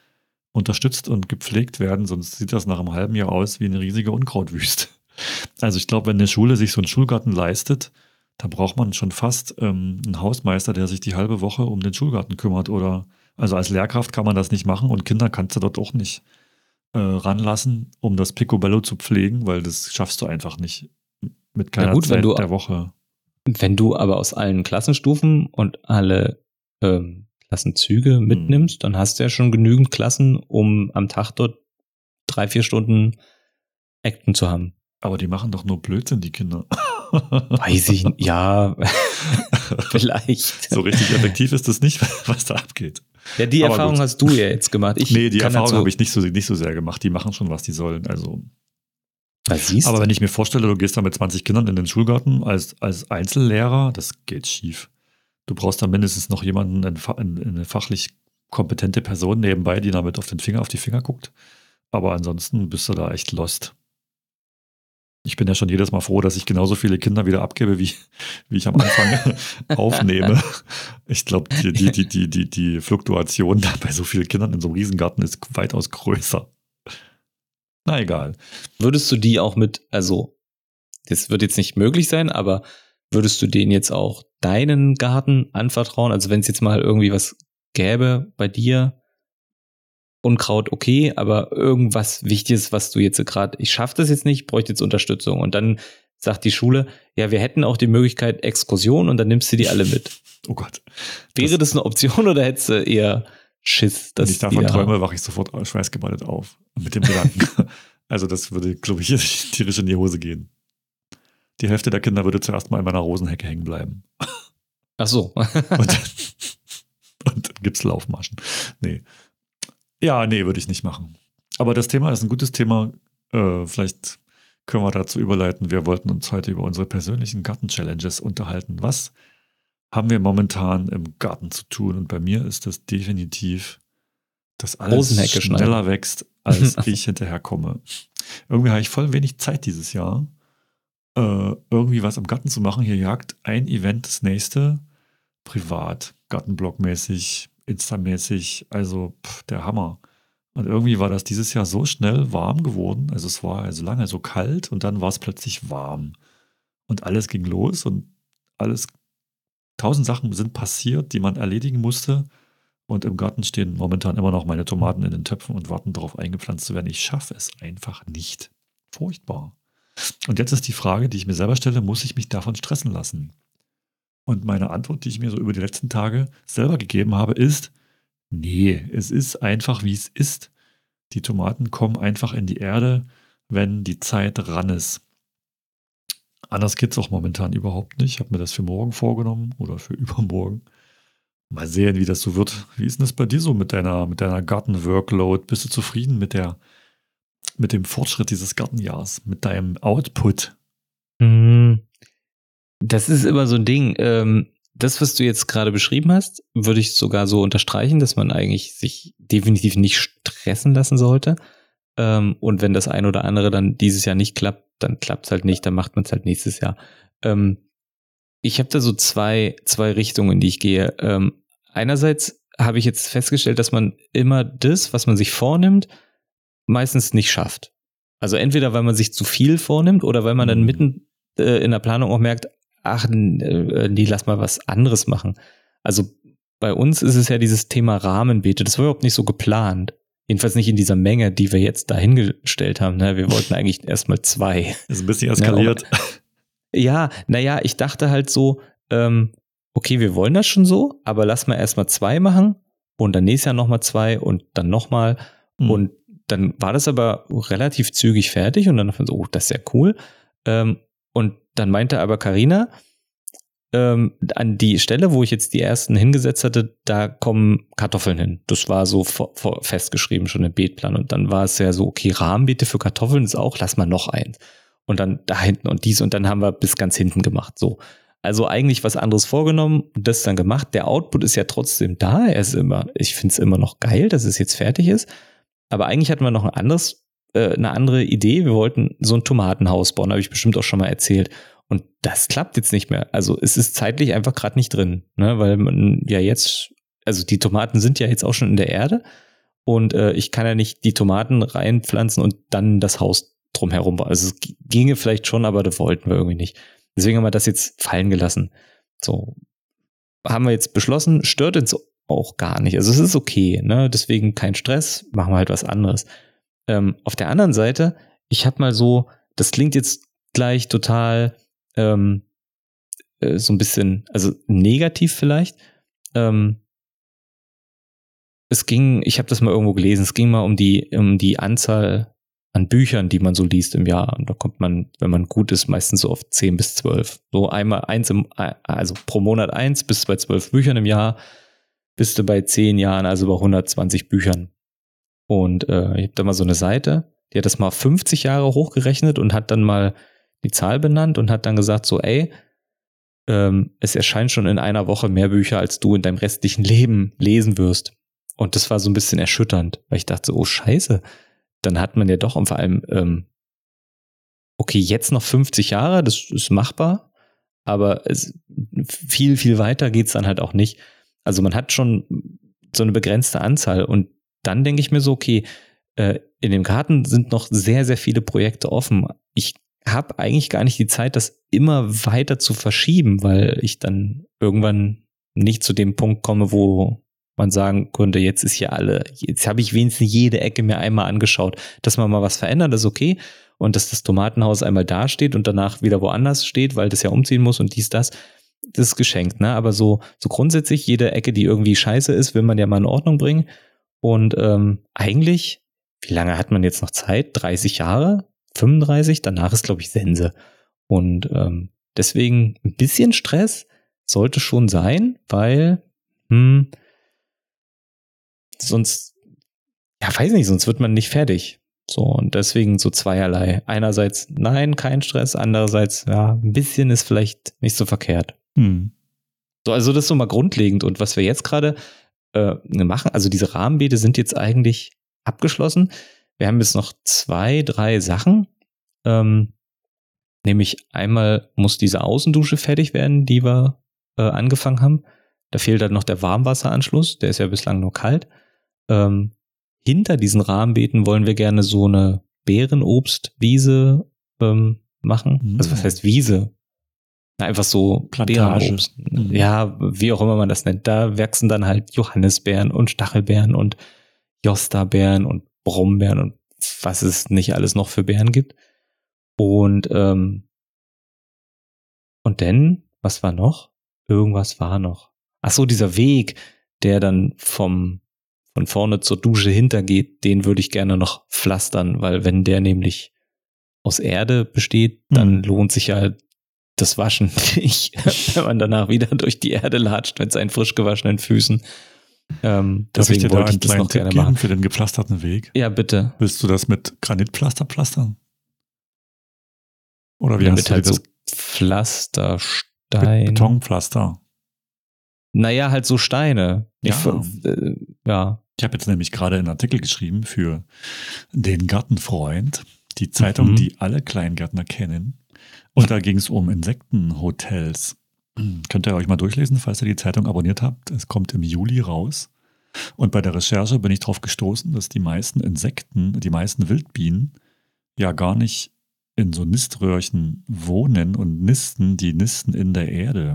Speaker 1: unterstützt und gepflegt werden, sonst sieht das nach einem halben Jahr aus wie eine riesige Unkrautwüste. Also ich glaube, wenn eine Schule sich so einen Schulgarten leistet, da braucht man schon fast ähm, einen Hausmeister, der sich die halbe Woche um den Schulgarten kümmert. Oder also als Lehrkraft kann man das nicht machen und Kinder kannst du dort auch nicht äh, ranlassen, um das Picobello zu pflegen, weil das schaffst du einfach nicht mit keiner
Speaker 2: Na gut,
Speaker 1: Zeit
Speaker 2: wenn du,
Speaker 1: der Woche.
Speaker 2: Wenn du aber aus allen Klassenstufen und alle ähm, Klassenzüge mitnimmst, hm. dann hast du ja schon genügend Klassen, um am Tag dort drei, vier Stunden Acten zu haben.
Speaker 1: Aber die machen doch nur Blödsinn, die Kinder.
Speaker 2: Weiß ich nicht. Ja, vielleicht.
Speaker 1: So richtig effektiv ist das nicht, was da abgeht.
Speaker 2: Ja, die
Speaker 1: Aber
Speaker 2: Erfahrung
Speaker 1: gut.
Speaker 2: hast du ja jetzt gemacht. Ich
Speaker 1: nee, die Erfahrung
Speaker 2: dazu...
Speaker 1: habe ich nicht so, nicht so sehr gemacht. Die machen schon, was die sollen. Also.
Speaker 2: siehst
Speaker 1: Aber
Speaker 2: du?
Speaker 1: wenn ich mir vorstelle, du gehst da mit zwanzig Kindern in den Schulgarten als, als Einzellehrer, das geht schief. Du brauchst da mindestens noch jemanden, eine, eine fachlich kompetente Person nebenbei, die damit auf den Finger, auf die Finger guckt. Aber ansonsten bist du da echt lost. Ich bin ja schon jedes Mal froh, dass ich genauso viele Kinder wieder abgebe, wie, wie ich am Anfang aufnehme. Ich glaube, die, die, die, die, die, die Fluktuation bei so vielen Kindern in so einem Riesengarten ist weitaus größer. Na egal.
Speaker 2: Würdest du die auch mit, also das wird jetzt nicht möglich sein, aber würdest du denen jetzt auch deinen Garten anvertrauen? Also wenn es jetzt mal irgendwie was gäbe bei dir, Unkraut okay, aber irgendwas Wichtiges, was du jetzt gerade, ich schaffe das jetzt nicht, bräuchte jetzt Unterstützung. Und dann sagt die Schule, ja, wir hätten auch die Möglichkeit Exkursion und dann nimmst du die alle mit.
Speaker 1: Oh Gott.
Speaker 2: Wäre das, das eine Option oder hättest du eher Schiss? Dass
Speaker 1: wenn ich davon träume, wache ich sofort schweißgebadet auf. Mit dem Gedanken. Also das würde, glaube ich, tierisch in die Hose gehen. Die Hälfte der Kinder würde zuerst mal in meiner Rosenhecke hängen bleiben.
Speaker 2: Ach so.
Speaker 1: und, und gibt's Laufmaschen. Nee. Ja, nee, würde ich nicht machen. Aber das Thema ist ein gutes Thema. Äh, vielleicht können wir dazu überleiten. Wir wollten uns heute über unsere persönlichen Garten-Challenges unterhalten. Was haben wir momentan im Garten zu tun? Und bei mir ist das definitiv, dass alles schneller wächst, als ich hinterherkomme. Irgendwie habe ich voll wenig Zeit dieses Jahr, äh, irgendwie was im Garten zu machen. Hier jagt ein Event das nächste, privat, Gartenblog-mäßig, Insta-mäßig, also pff, der Hammer. Und irgendwie war das dieses Jahr so schnell warm geworden, also es war also lange so kalt und dann war es plötzlich warm. Und alles ging los und alles, tausend Sachen sind passiert, die man erledigen musste. Und im Garten stehen momentan immer noch meine Tomaten in den Töpfen und warten darauf, eingepflanzt zu werden. Ich schaffe es einfach nicht. Furchtbar. Und jetzt ist die Frage, die ich mir selber stelle, muss ich mich davon stressen lassen? Und meine Antwort, die ich mir so über die letzten Tage selber gegeben habe, ist, nee, es ist einfach, wie es ist. Die Tomaten kommen einfach in die Erde, wenn die Zeit ran ist. Anders geht es auch momentan überhaupt nicht. Ich habe mir das für morgen vorgenommen oder für übermorgen. Mal sehen, wie das so wird. Wie ist denn das bei dir so mit deiner, mit deiner Garten-Workload? Bist du zufrieden mit der, mit dem Fortschritt dieses Gartenjahrs, mit deinem Output?
Speaker 2: Das ist immer so ein Ding. Das, was du jetzt gerade beschrieben hast, würde ich sogar so unterstreichen, dass man eigentlich sich definitiv nicht stressen lassen sollte. Und wenn das ein oder andere dann dieses Jahr nicht klappt, dann klappt es halt nicht, dann macht man es halt nächstes Jahr. Ich habe da so zwei, zwei Richtungen, in die ich gehe. Einerseits habe ich jetzt festgestellt, dass man immer das, was man sich vornimmt, meistens nicht schafft. Also entweder, weil man sich zu viel vornimmt oder weil man dann mitten äh, in der Planung auch merkt, ach, nee, lass mal was anderes machen. Also bei uns ist es ja dieses Thema Rahmenbeete. Das war überhaupt nicht so geplant. Jedenfalls nicht in dieser Menge, die wir jetzt dahingestellt haben. Ne? Wir wollten eigentlich erstmal zwei.
Speaker 1: Das ist ein bisschen eskaliert.
Speaker 2: Ja, naja, ich dachte halt so, ähm, okay, wir wollen das schon so, aber lass mal erstmal zwei machen und dann nächstes Jahr nochmal zwei und dann nochmal. Mhm. Und dann war das aber relativ zügig fertig und dann dachte ich so, oh, das ist ja cool. Ähm, und dann meinte aber Carina, ähm, an die Stelle, wo ich jetzt die ersten hingesetzt hatte, da kommen Kartoffeln hin. Das war so vor, vor festgeschrieben, schon im Beetplan. Und dann war es ja so, okay, Rahmenbeete für Kartoffeln ist auch, lass mal noch eins. Und dann da hinten und dies und dann haben wir bis ganz hinten gemacht. So. Also eigentlich was anderes vorgenommen, das dann gemacht. Der Output ist ja trotzdem da. Er ist immer, ich finde es immer noch geil, dass es jetzt fertig ist. Aber eigentlich hatten wir noch ein anderes, äh, eine andere Idee. Wir wollten so ein Tomatenhaus bauen, habe ich bestimmt auch schon mal erzählt. Und das klappt jetzt nicht mehr. Also es ist zeitlich einfach gerade nicht drin, ne? Weil man ja jetzt, also die Tomaten sind ja jetzt auch schon in der Erde und äh, ich kann ja nicht die Tomaten reinpflanzen und dann das Haus drumherum bauen. Also es ginge vielleicht schon, aber das wollten wir irgendwie nicht. Deswegen haben wir das jetzt fallen gelassen. So, haben wir jetzt beschlossen, stört uns auch gar nicht. Also es ist okay, ne? Deswegen kein Stress, machen wir halt was anderes. Ähm, auf der anderen Seite, ich habe mal so, das klingt jetzt gleich total ähm, äh, so ein bisschen, also negativ vielleicht. Ähm, es ging, ich habe das mal irgendwo gelesen, es ging mal um die, um die Anzahl an Büchern, die man so liest im Jahr. Und da kommt man, wenn man gut ist, meistens so auf zehn bis zwölf. So einmal eins im, also pro Monat eins bis bei zwölf Büchern im Jahr, bist du bei zehn Jahren, also bei hundertzwanzig Büchern. Und äh, ich habe da mal so eine Seite, die hat das mal fünfzig Jahre hochgerechnet und hat dann mal die Zahl benannt und hat dann gesagt so, ey, ähm, es erscheint schon in einer Woche mehr Bücher, als du in deinem restlichen Leben lesen wirst. Und das war so ein bisschen erschütternd, weil ich dachte, oh Scheiße, dann hat man ja doch und vor allem, ähm, okay, jetzt noch fünfzig Jahre, das ist machbar, aber es, viel, viel weiter geht's dann halt auch nicht. Also man hat schon so eine begrenzte Anzahl und dann denke ich mir so, okay, äh, in dem Garten sind noch sehr, sehr viele Projekte offen. Ich habe eigentlich gar nicht die Zeit, das immer weiter zu verschieben, weil ich dann irgendwann nicht zu dem Punkt komme, wo man sagen könnte, jetzt ist ja alle, jetzt habe ich wenigstens jede Ecke mir einmal angeschaut. Dass man mal was verändert, ist okay. Und dass das Tomatenhaus einmal da steht und danach wieder woanders steht, weil das ja umziehen muss und dies, das, das ist geschenkt, ne? Aber so, so grundsätzlich, jede Ecke, die irgendwie scheiße ist, will man ja mal in Ordnung bringen. Und ähm, eigentlich, wie lange hat man jetzt noch Zeit? dreißig Jahre? fünfunddreißig? Danach ist, glaube ich, Sense. Und ähm, deswegen ein bisschen Stress sollte schon sein, weil, hm, sonst, ja, weiß nicht, sonst wird man nicht fertig. So, und deswegen so zweierlei. Einerseits, nein, kein Stress, andererseits, ja, ein bisschen ist vielleicht nicht so verkehrt.
Speaker 1: Hm.
Speaker 2: So, also das ist so mal grundlegend. Und was wir jetzt gerade äh, machen, also diese Rahmenbeete sind jetzt eigentlich abgeschlossen. Wir haben jetzt noch zwei, drei Sachen. Ähm, nämlich einmal muss diese Außendusche fertig werden, die wir äh, angefangen haben. Da fehlt dann noch der Warmwasseranschluss, der ist ja bislang nur kalt. Ähm, hinter diesen Rahmenbeeten wollen wir gerne so eine Beerenobstwiese ähm, machen. Mhm. Also was heißt Wiese? Na, einfach so
Speaker 1: Plantage.
Speaker 2: Beerenobst. Mhm. Ja, wie auch immer man das nennt. Da wachsen dann halt Johannisbeeren und Stachelbeeren und Jostabeeren und Brombeeren und was es nicht alles noch für Beeren gibt. Und ähm, und dann, was war noch? Irgendwas war noch. Ach so, dieser Weg, der dann vom von vorne zur Dusche hintergeht, den würde ich gerne noch pflastern, weil wenn der nämlich aus Erde besteht, dann mhm. lohnt sich ja das Waschen nicht, wenn man danach wieder durch die Erde latscht mit seinen frisch gewaschenen Füßen. Ähm,
Speaker 1: Darf ich dir da einen
Speaker 2: ich das
Speaker 1: kleinen
Speaker 2: noch
Speaker 1: Tipp
Speaker 2: gerne
Speaker 1: geben
Speaker 2: machen.
Speaker 1: für den gepflasterten Weg?
Speaker 2: Ja, bitte.
Speaker 1: Willst du das mit Granitpflaster pflastern? Oder wie
Speaker 2: ja,
Speaker 1: hast
Speaker 2: mit
Speaker 1: du
Speaker 2: halt
Speaker 1: das?
Speaker 2: so Pflasterstein.
Speaker 1: Mit Betonpflaster.
Speaker 2: Naja, halt so Steine.
Speaker 1: Ja.
Speaker 2: Ich, äh, ja.
Speaker 1: Ich habe jetzt nämlich gerade einen Artikel geschrieben für den Gartenfreund, die Zeitung,
Speaker 2: Mhm.
Speaker 1: die alle Kleingärtner kennen. Und da ging es um Insektenhotels. Könnt ihr euch mal durchlesen, falls ihr die Zeitung abonniert habt. Es kommt im Juli raus. Und bei der Recherche bin ich darauf gestoßen, dass die meisten Insekten, die meisten Wildbienen ja gar nicht in so Niströhrchen wohnen und nisten, die nisten in der Erde.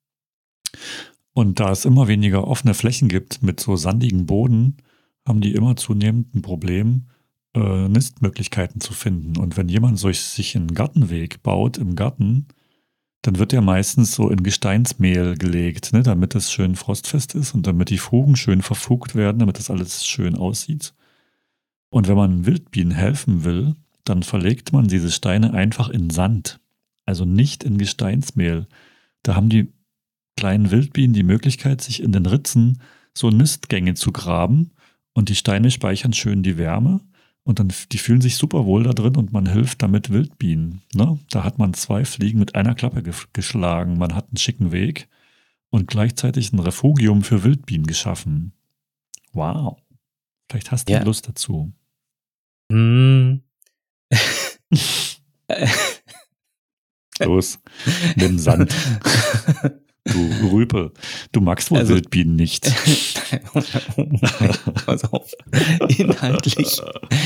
Speaker 1: Und da es immer weniger offene Flächen gibt mit so sandigem Boden, haben die immer zunehmend ein Problem, äh, Nistmöglichkeiten zu finden. Und wenn jemand so sich einen Gartenweg baut im Garten, dann wird der meistens so in Gesteinsmehl gelegt, ne, damit es schön frostfest ist und damit die Fugen schön verfugt werden, damit das alles schön aussieht. Und wenn man Wildbienen helfen will, dann verlegt man diese Steine einfach in Sand, also nicht in Gesteinsmehl. Da haben die kleinen Wildbienen die Möglichkeit, sich in den Ritzen so Nistgänge zu graben und die Steine speichern schön die Wärme und dann die fühlen sich super wohl da drin und man hilft damit Wildbienen. Ne? Da hat man zwei Fliegen mit einer Klappe ge- geschlagen. Man hat einen schicken Weg und gleichzeitig ein Refugium für Wildbienen geschaffen. Wow. Vielleicht hast du
Speaker 2: Ja.
Speaker 1: Lust dazu.
Speaker 2: Hm.
Speaker 1: Los, nimm Sand. Du Rüpe, du magst wohl
Speaker 2: Also-
Speaker 1: Wildbienen nicht.
Speaker 2: Oh mein Gott, pass auf. Inhaltlich,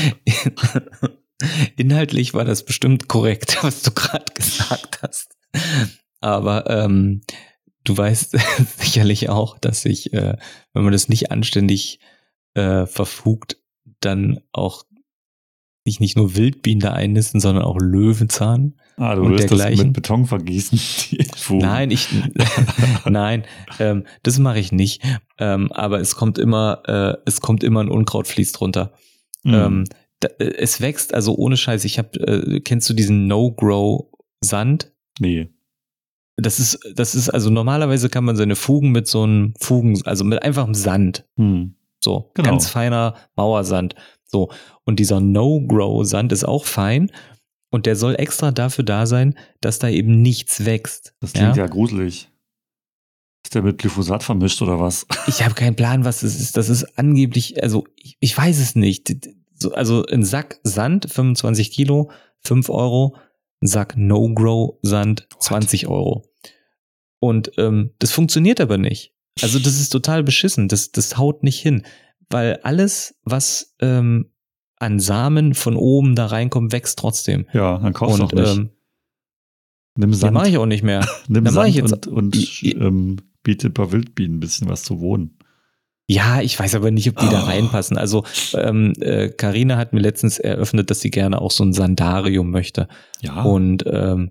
Speaker 2: inhaltlich war das bestimmt korrekt, was du gerade gesagt hast. Aber ähm, du weißt sicherlich auch, dass ich, äh, wenn man das nicht anständig äh, verfugt, dann auch sich nicht nur Wildbienen da einnisten, sondern auch Löwenzahn.
Speaker 1: Ah, du
Speaker 2: Und
Speaker 1: willst das
Speaker 2: dergleichen.
Speaker 1: mit Beton vergießen, die Fugen.
Speaker 2: Nein, ich nein, ähm, das mache ich nicht. Ähm, aber es kommt immer, äh, es kommt immer ein Unkrautvlies drunter.
Speaker 1: Mhm.
Speaker 2: Ähm, da, äh, es wächst, also ohne Scheiß. Ich habe, äh, kennst du diesen No-Grow-Sand?
Speaker 1: Nee.
Speaker 2: Das ist, das ist, also normalerweise kann man seine Fugen mit so einem Fugen, also mit einfachem Sand,
Speaker 1: Hm.
Speaker 2: so
Speaker 1: Genau.
Speaker 2: ganz feiner Mauersand, so. Und dieser No-Grow-Sand ist auch fein und der soll extra dafür da sein, dass da eben nichts wächst.
Speaker 1: Das klingt ja, ja gruselig. Ist der mit Glyphosat vermischt oder was?
Speaker 2: Ich habe keinen Plan, was das ist. Das ist angeblich, also ich, ich weiß es nicht. So, also ein Sack Sand, fünfundzwanzig Kilo, fünf Euro. Ein Sack No-Grow-Sand, zwanzig Euro. Und ähm, das funktioniert aber nicht. Also das ist total beschissen. Das, das haut nicht hin. Weil alles, was ähm, an Samen von oben da reinkommt, wächst trotzdem.
Speaker 1: Ja, dann kaufst du
Speaker 2: Und
Speaker 1: doch nicht.
Speaker 2: ähm,
Speaker 1: Nimm
Speaker 2: ja,
Speaker 1: Sand,
Speaker 2: mache ich auch nicht mehr.
Speaker 1: nimm
Speaker 2: dann mach
Speaker 1: Sand
Speaker 2: ich jetzt-
Speaker 1: und, und
Speaker 2: I-
Speaker 1: ähm, biete ein paar Wildbienen ein bisschen was zu wohnen.
Speaker 2: Ja, ich weiß aber nicht, ob die da
Speaker 1: Oh.
Speaker 2: reinpassen. Also ähm, äh, Carina hat mir letztens eröffnet, dass sie gerne auch so ein Sandarium möchte.
Speaker 1: Ja,
Speaker 2: Und ähm,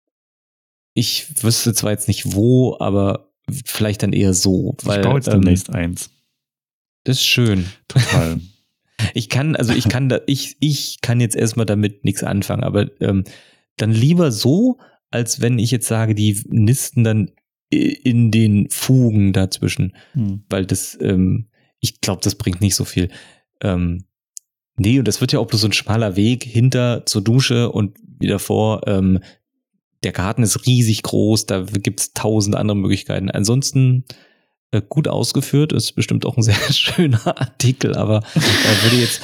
Speaker 2: ich wüsste zwar jetzt nicht wo, aber vielleicht dann eher so. Weil,
Speaker 1: ich baue jetzt
Speaker 2: ähm,
Speaker 1: demnächst eins.
Speaker 2: das ist schön.
Speaker 1: Total.
Speaker 2: Ich kann, also ich kann da, ich, ich kann jetzt erstmal damit nichts anfangen, aber ähm, dann lieber so, als wenn ich jetzt sage, die nisten dann i- in den Fugen dazwischen.
Speaker 1: Hm.
Speaker 2: Weil das, ähm, ich glaube, das bringt nicht so viel. Ähm, nee, und das wird ja auch bloß so ein schmaler Weg hinter zur Dusche und wieder vor. Ähm, der Garten ist riesig groß, da gibt's tausend andere Möglichkeiten. Ansonsten äh, gut ausgeführt, ist bestimmt auch ein sehr schöner Artikel, aber äh, würde jetzt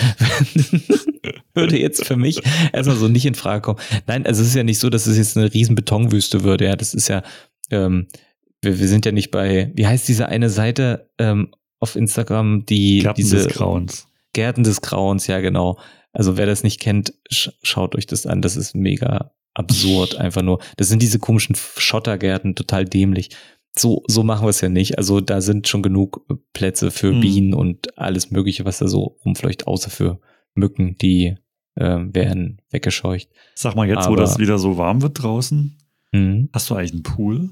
Speaker 2: würde jetzt für mich erstmal so nicht in Frage kommen. Nein, also es ist ja nicht so, dass es jetzt eine riesen Betonwüste würde. Ja, das ist ja, ähm, wir, wir sind ja nicht bei, wie heißt diese eine Seite ähm, auf Instagram, die
Speaker 1: Gärten
Speaker 2: diese
Speaker 1: des Grauens.
Speaker 2: Gärten des Grauens, ja genau. Also wer das nicht kennt, sch schaut euch das an. Das ist mega absurd einfach nur. Das sind diese komischen Schottergärten, total dämlich. So, so machen wir es ja nicht. Also da sind schon genug Plätze für
Speaker 1: Mhm.
Speaker 2: Bienen und alles Mögliche, was da so rumfleucht, außer für Mücken, die ähm, werden weggescheucht.
Speaker 1: Sag mal, jetzt, wo
Speaker 2: Aber-
Speaker 1: das wieder so warm wird draußen,
Speaker 2: Mhm.
Speaker 1: hast du eigentlich einen Pool?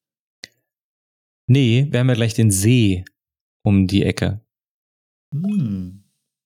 Speaker 2: Nee, wir haben ja gleich den See um die Ecke.
Speaker 1: Hm.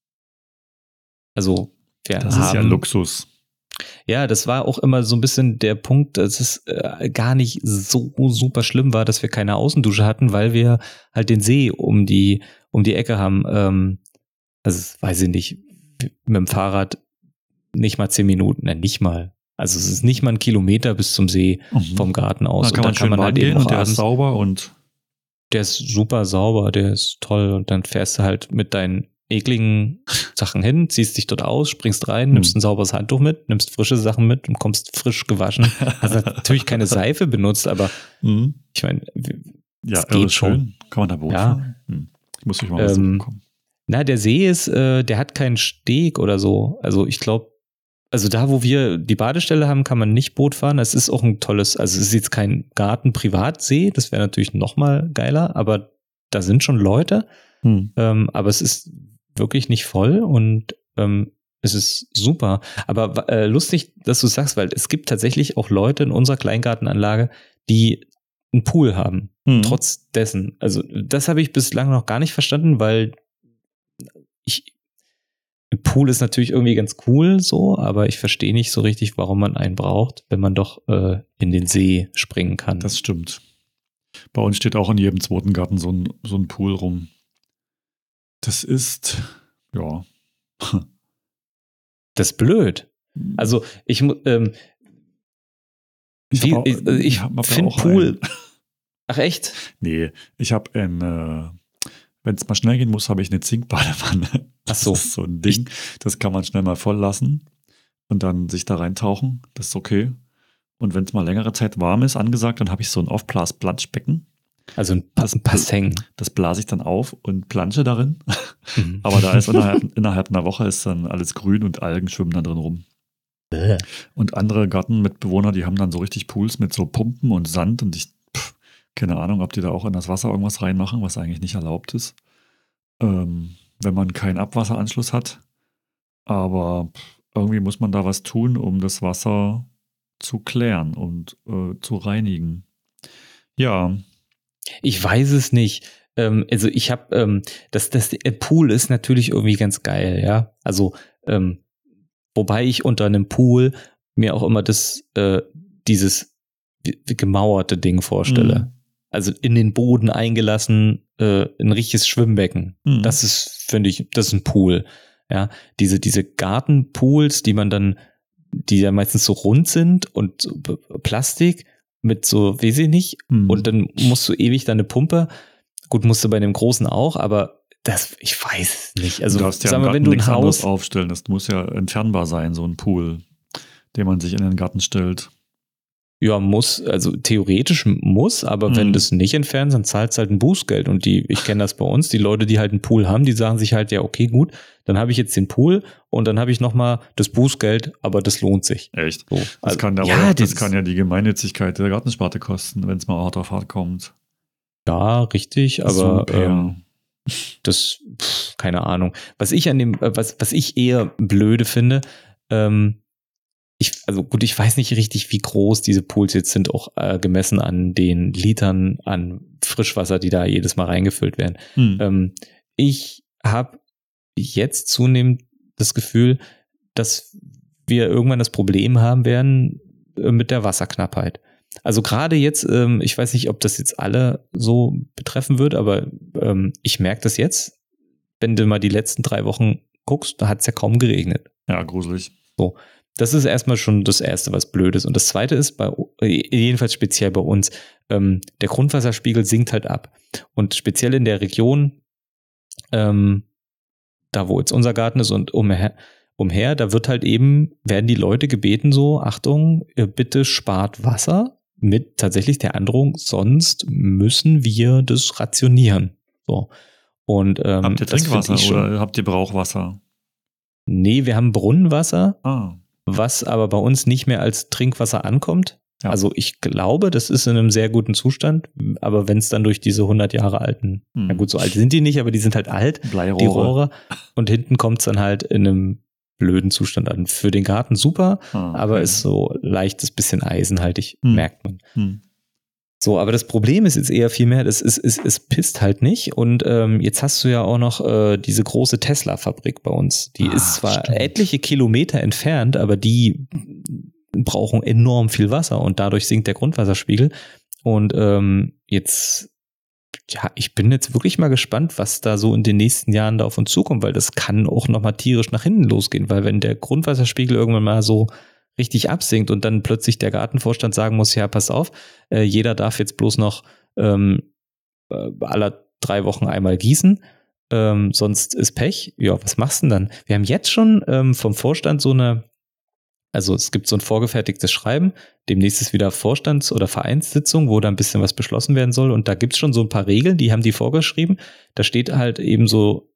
Speaker 2: Also wir
Speaker 1: Das
Speaker 2: haben,
Speaker 1: ist ja Luxus.
Speaker 2: Ja, das war auch immer so ein bisschen der Punkt, dass es äh, gar nicht so super schlimm war, dass wir keine Außendusche hatten, weil wir halt den See um die, um die Ecke haben. Ähm, also, weiß ich nicht, mit dem Fahrrad nicht mal zehn Minuten, nein, nicht mal. Also, es ist nicht mal ein Kilometer bis zum See
Speaker 1: Mhm.
Speaker 2: vom Garten aus.
Speaker 1: Da kann man schön baden gehen und der ist sauber und
Speaker 2: der ist super sauber, der ist toll und dann fährst du halt mit deinen ekligen Sachen hin, ziehst dich dort aus, springst rein,
Speaker 1: Hm.
Speaker 2: nimmst ein sauberes Handtuch mit, nimmst frische Sachen mit und kommst frisch gewaschen. Also natürlich keine Seife benutzt, aber
Speaker 1: mhm.
Speaker 2: ich meine,
Speaker 1: ja,
Speaker 2: Es geht
Speaker 1: irre
Speaker 2: schon.
Speaker 1: schön. Kann man da Boot
Speaker 2: Ja.
Speaker 1: fahren? Hm. Ich muss euch mal was
Speaker 2: Ähm,
Speaker 1: bekommen.
Speaker 2: na, der See ist, äh, der hat keinen Steg oder so. Also ich glaube, also da, wo wir die Badestelle haben, kann man nicht Boot fahren. Es ist auch ein tolles, also es ist jetzt kein Garten-Privatsee, das wäre natürlich noch mal geiler, aber da sind schon Leute.
Speaker 1: Hm.
Speaker 2: Ähm, aber es ist wirklich nicht voll und ähm, es ist super. Aber äh, lustig, dass du sagst, weil es gibt tatsächlich auch Leute in unserer Kleingartenanlage, die einen Pool haben.
Speaker 1: Hm.
Speaker 2: Trotz dessen. Also das habe ich bislang noch gar nicht verstanden, weil ich ein Pool ist natürlich irgendwie ganz cool so, aber ich verstehe nicht so richtig, warum man einen braucht, wenn man doch äh, in den See springen kann.
Speaker 1: Das stimmt. Bei uns steht auch in jedem zweiten Garten so ein, so ein Pool rum. Das ist, ja.
Speaker 2: Das ist blöd. Also ich mu- ähm,
Speaker 1: ich,
Speaker 2: wie-
Speaker 1: hab auch-
Speaker 2: ich, äh, ich
Speaker 1: hab aber
Speaker 2: finde
Speaker 1: auch
Speaker 2: Pool.
Speaker 1: einen.
Speaker 2: Ach echt?
Speaker 1: Nee, ich habe ein, äh, wenn es mal schnell gehen muss, habe ich eine Zinkbadewanne.
Speaker 2: Ach so.
Speaker 1: Das ist so ein Ding, das kann man schnell mal voll lassen und dann sich da reintauchen. Das ist okay. Und wenn es mal längere Zeit warm ist, angesagt, dann habe ich so ein Aufblas-Planschbecken.
Speaker 2: Also ein, das, ein Passeng.
Speaker 1: Das blase ich dann auf und plansche darin. Mhm. Aber da ist innerhalb, innerhalb einer Woche ist dann alles grün und Algen schwimmen dann drin rum. Bäh. Und andere Gartenmitbewohner, die haben dann so richtig Pools mit so Pumpen und Sand und ich, pff, keine Ahnung, ob die da auch in das Wasser irgendwas reinmachen, was eigentlich nicht erlaubt ist, ähm, wenn man keinen Abwasseranschluss hat. Aber pff, irgendwie muss man da was tun, um das Wasser zu klären und äh, zu reinigen. Ja.
Speaker 2: Ich weiß es nicht. Ähm, also ich habe, ähm, das, das der Pool ist natürlich irgendwie ganz geil, ja. Also ähm, wobei ich unter einem Pool mir auch immer das, äh, dieses gemauerte Ding vorstelle. Mhm. Also in den Boden eingelassen, äh, ein richtiges Schwimmbecken. Mhm. Das ist, finde ich, das ist ein Pool. Ja, diese, diese Gartenpools, die man dann, die ja meistens so rund sind und so Plastik mit so, weiß ich nicht, mhm. und dann musst du ewig deine Pumpe, gut, musst du bei dem Großen auch, aber das, ich weiß nicht. Also,
Speaker 1: du darfst ja sag mal, wenn du ein Haus aufstellen, das muss ja entfernbar sein, so ein Pool, den man sich in den Garten stellt.
Speaker 2: Ja, muss, also theoretisch muss, aber mhm. wenn das nicht entfernt, dann zahlst du halt ein Bußgeld. Und die, ich kenne das bei uns, die Leute, die halt einen Pool haben, die sagen sich halt, ja, okay, gut, dann habe ich jetzt den Pool und dann habe ich nochmal das Bußgeld, aber das lohnt sich.
Speaker 1: Echt?
Speaker 2: So,
Speaker 1: das,
Speaker 2: also,
Speaker 1: kann aber,
Speaker 2: ja,
Speaker 1: das, das kann ja die Gemeinnützigkeit der Gartensparte kosten, wenn es mal hart auf hart kommt.
Speaker 2: Ja, richtig, aber ähm, das, pff, keine Ahnung. Was ich an dem, was, was ich eher blöde finde, ähm, Ich, also gut, ich weiß nicht richtig, wie groß diese Pools jetzt sind, auch äh, gemessen an den Litern an Frischwasser, die da jedes Mal reingefüllt werden. Hm. Ähm, ich habe jetzt zunehmend das Gefühl, dass wir irgendwann das Problem haben werden äh, mit der Wasserknappheit. Also gerade jetzt, ähm, ich weiß nicht, ob das jetzt alle so betreffen wird, aber ähm, ich merke das jetzt, wenn du mal die letzten drei Wochen guckst, da hat es ja kaum geregnet.
Speaker 1: Ja, gruselig.
Speaker 2: So. Das ist erstmal schon das Erste, was blöd ist. Und das Zweite ist, bei, jedenfalls speziell bei uns, ähm, der Grundwasserspiegel sinkt halt ab. Und speziell in der Region, ähm, da wo jetzt unser Garten ist und umher, umher, da wird halt eben, werden die Leute gebeten so, Achtung, bitte spart Wasser mit tatsächlich der Androhung, sonst müssen wir das rationieren. So. Und, ähm,
Speaker 1: habt ihr Trinkwasser oder habt ihr Brauchwasser?
Speaker 2: Nee, wir haben Brunnenwasser.
Speaker 1: Ah.
Speaker 2: Was aber bei uns nicht mehr als Trinkwasser ankommt. Ja. Also ich glaube, das ist in einem sehr guten Zustand, aber wenn es dann durch diese hundert Jahre alten, hm. na gut, so alt sind die nicht, aber die sind halt alt,
Speaker 1: Bleirohre.
Speaker 2: Die Rohre, und hinten kommt es dann halt in einem blöden Zustand an. Für den Garten super, ah, okay. aber ist so leichtes bisschen eisenhaltig, hm. merkt man. Hm. So, aber das Problem ist jetzt eher viel mehr, es, es, es, es pisst halt nicht. Und ähm, jetzt hast du ja auch noch äh, diese große Tesla-Fabrik bei uns. Die ah, ist zwar stimmt. etliche Kilometer entfernt, aber die brauchen enorm viel Wasser und dadurch sinkt der Grundwasserspiegel. Und ähm, jetzt, ja, ich bin jetzt wirklich mal gespannt, was da so in den nächsten Jahren da auf uns zukommt, weil das kann auch nochmal tierisch nach hinten losgehen, weil wenn der Grundwasserspiegel irgendwann mal so richtig absinkt und dann plötzlich der Gartenvorstand sagen muss, ja, pass auf, äh, jeder darf jetzt bloß noch ähm, äh, alle drei Wochen einmal gießen, ähm, sonst ist Pech. Ja, was machst du denn dann? Wir haben jetzt schon ähm, vom Vorstand so eine, also es gibt so ein vorgefertigtes Schreiben, demnächst ist wieder Vorstands- oder Vereinssitzung, wo da ein bisschen was beschlossen werden soll und da gibt es schon so ein paar Regeln, die haben die vorgeschrieben. Da steht halt eben so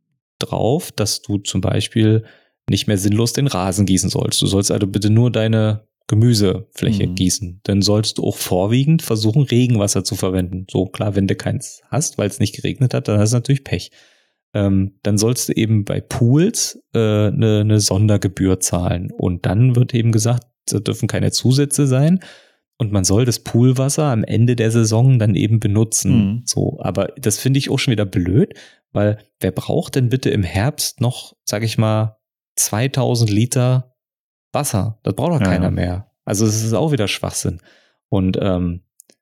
Speaker 2: drauf, dass du zum Beispiel nicht mehr sinnlos den Rasen gießen sollst. Du sollst also bitte nur deine Gemüsefläche mhm. gießen. Dann sollst du auch vorwiegend versuchen, Regenwasser zu verwenden. So, klar, wenn du keins hast, weil es nicht geregnet hat, dann hast du natürlich Pech. Ähm, dann sollst du eben bei Pools eine äh, ne, ne Sondergebühr zahlen. Und dann wird eben gesagt, da dürfen keine Zusätze sein. Und man soll das Poolwasser am Ende der Saison dann eben benutzen. Mhm. So, aber das finde ich auch schon wieder blöd, weil wer braucht denn bitte im Herbst noch, sag ich mal, zweitausend Liter Wasser. Das braucht doch ja, keiner ja. mehr. Also es ist auch wieder Schwachsinn. Und ähm,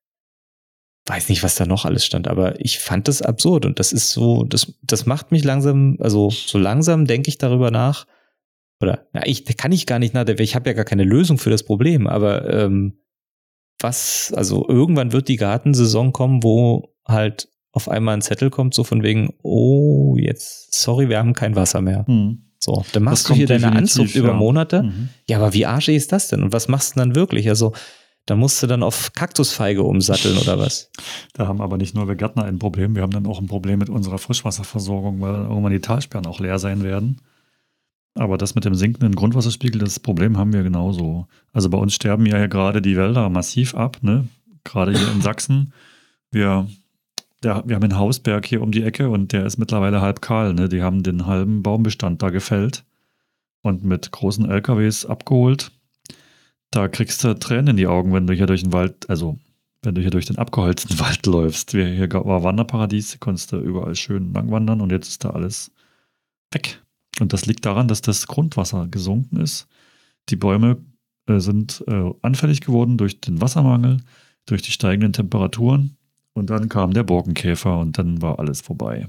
Speaker 2: weiß nicht, was da noch alles stand, aber ich fand das absurd und das ist so, das, das macht mich langsam, also so langsam denke ich darüber nach, oder na, ich kann ich gar nicht nach, ich habe ja gar keine Lösung für das Problem, aber ähm, was, also irgendwann wird die Gartensaison kommen, wo halt auf einmal ein Zettel kommt, so von wegen, oh, jetzt, sorry, wir haben kein Wasser mehr. Hm. So, dann machst
Speaker 1: Das
Speaker 2: du hier
Speaker 1: kommt
Speaker 2: deine
Speaker 1: definitiv,
Speaker 2: Anzucht über
Speaker 1: ja.
Speaker 2: Monate.
Speaker 1: Mhm.
Speaker 2: Ja, aber wie arschig ist das denn? Und was machst du dann wirklich? Also, da musst du dann auf Kaktusfeige umsatteln oder was?
Speaker 1: Da haben aber nicht nur wir Gärtner ein Problem, wir haben dann auch ein Problem mit unserer Frischwasserversorgung, weil dann irgendwann die Talsperren auch leer sein werden. Aber das mit dem sinkenden Grundwasserspiegel, das Problem haben wir genauso. Also bei uns sterben ja hier gerade die Wälder massiv ab, ne? Gerade hier in Sachsen. Wir, der, wir haben einen Hausberg hier um die Ecke und der ist mittlerweile halb kahl, ne? Die haben den halben Baumbestand da gefällt und mit großen L K Ws abgeholt. Da kriegst du Tränen in die Augen, wenn du hier durch den Wald, also wenn du hier durch den abgeholzten Wald läufst. Wir, hier war Wanderparadies, konntest du überall schön lang wandern und jetzt ist da alles weg. Und das liegt daran, dass das Grundwasser gesunken ist. Die Bäume äh, sind äh, anfällig geworden durch den Wassermangel, durch die steigenden Temperaturen. Und dann kam der Borkenkäfer und dann war alles vorbei.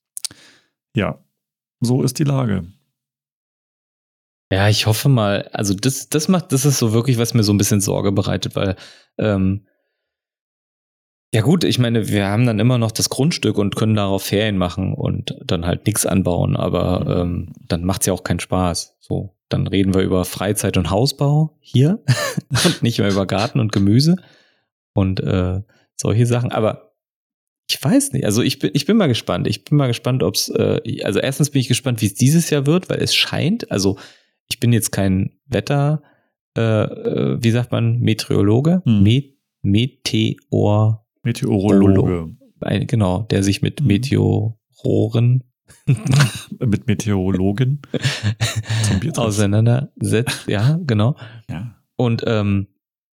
Speaker 1: Ja, so ist die Lage.
Speaker 2: Ja, ich hoffe mal, also das, das macht, das ist so wirklich, was mir so ein bisschen Sorge bereitet, weil, ähm, ja gut, ich meine, wir haben dann immer noch das Grundstück und können darauf Ferien machen und dann halt nichts anbauen, aber ähm, dann macht's ja auch keinen Spaß. So, dann reden wir über Freizeit- und Hausbau hier und nicht mehr über Garten und Gemüse und äh, solche Sachen, aber ich weiß nicht, also ich bin, ich bin mal gespannt. Ich bin mal gespannt, ob es, äh, also erstens bin ich gespannt, wie es dieses Jahr wird, weil es scheint, also ich bin jetzt kein Wetter, äh, äh, wie sagt man, Meteorologe?
Speaker 1: Hm.
Speaker 2: Met- Meteor.
Speaker 1: Meteorologe.
Speaker 2: Ein, genau, der sich mit
Speaker 1: Hm.
Speaker 2: Meteororen
Speaker 1: Mit Meteorologen zum Biertest.
Speaker 2: auseinandersetzt. Ja, genau.
Speaker 1: Ja.
Speaker 2: Und ähm,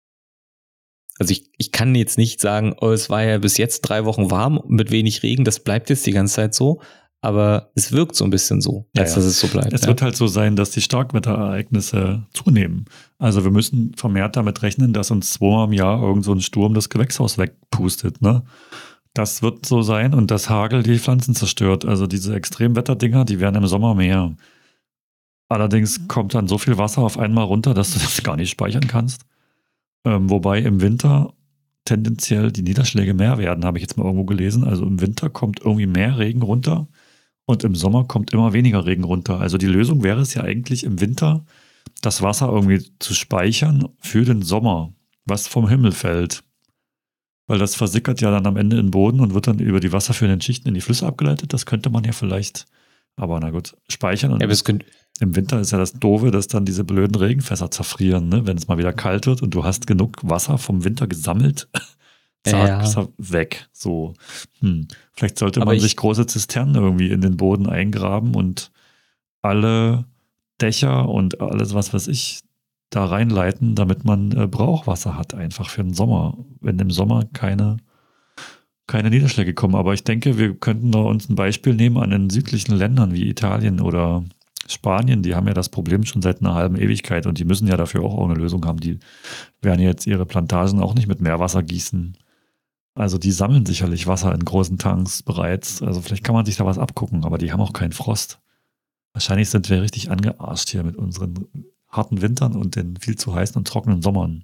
Speaker 2: also ich, ich kann jetzt nicht sagen, oh, es war ja bis jetzt drei Wochen warm mit wenig Regen, das bleibt jetzt die ganze Zeit so, aber es wirkt so ein bisschen so,
Speaker 1: Ja,
Speaker 2: als
Speaker 1: ja.
Speaker 2: dass es so bleibt.
Speaker 1: Es
Speaker 2: ja.
Speaker 1: wird halt so sein, dass die Starkwetterereignisse zunehmen. Also wir müssen vermehrt damit rechnen, dass uns zweimal im Jahr irgend so ein Sturm das Gewächshaus wegpustet. Ne? Das wird so sein und das Hagel die Pflanzen zerstört. Also diese Extremwetterdinger, die werden im Sommer mehr. Allerdings kommt dann so viel Wasser auf einmal runter, dass du das gar nicht speichern kannst. Ähm, wobei im Winter tendenziell die Niederschläge mehr werden, habe ich jetzt mal irgendwo gelesen. Also im Winter kommt irgendwie mehr Regen runter und im Sommer kommt immer weniger Regen runter. Also die Lösung wäre es ja eigentlich im Winter, das Wasser irgendwie zu speichern für den Sommer, was vom Himmel fällt. Weil das versickert ja dann am Ende in den Boden und wird dann über die wasserführenden Schichten in die Flüsse abgeleitet. Das könnte man ja vielleicht, aber na gut, speichern. Und
Speaker 2: Ja, aber es könnte,
Speaker 1: im Winter ist ja das Doofe, dass dann diese blöden Regenfässer zerfrieren, ne? Wenn es mal wieder kalt wird und du hast genug Wasser vom Winter gesammelt, zack,
Speaker 2: Ja.
Speaker 1: ist er weg. So. Hm. Vielleicht sollte
Speaker 2: Aber
Speaker 1: man
Speaker 2: ich-
Speaker 1: sich große Zisternen irgendwie in den Boden eingraben und alle Dächer und alles, was weiß ich, da reinleiten, damit man äh, Brauchwasser hat, einfach für den Sommer. Wenn im Sommer keine, keine Niederschläge kommen. Aber ich denke, wir könnten da uns ein Beispiel nehmen an den südlichen Ländern wie Italien oder Spanien. Die haben ja das Problem schon seit einer halben Ewigkeit und die müssen ja dafür auch eine Lösung haben. Die werden jetzt ihre Plantagen auch nicht mit Meerwasser gießen. Also die sammeln sicherlich Wasser in großen Tanks bereits. Also vielleicht kann man sich da was abgucken, aber die haben auch keinen Frost. Wahrscheinlich sind wir richtig angearscht hier mit unseren harten Wintern und den viel zu heißen und trockenen Sommern.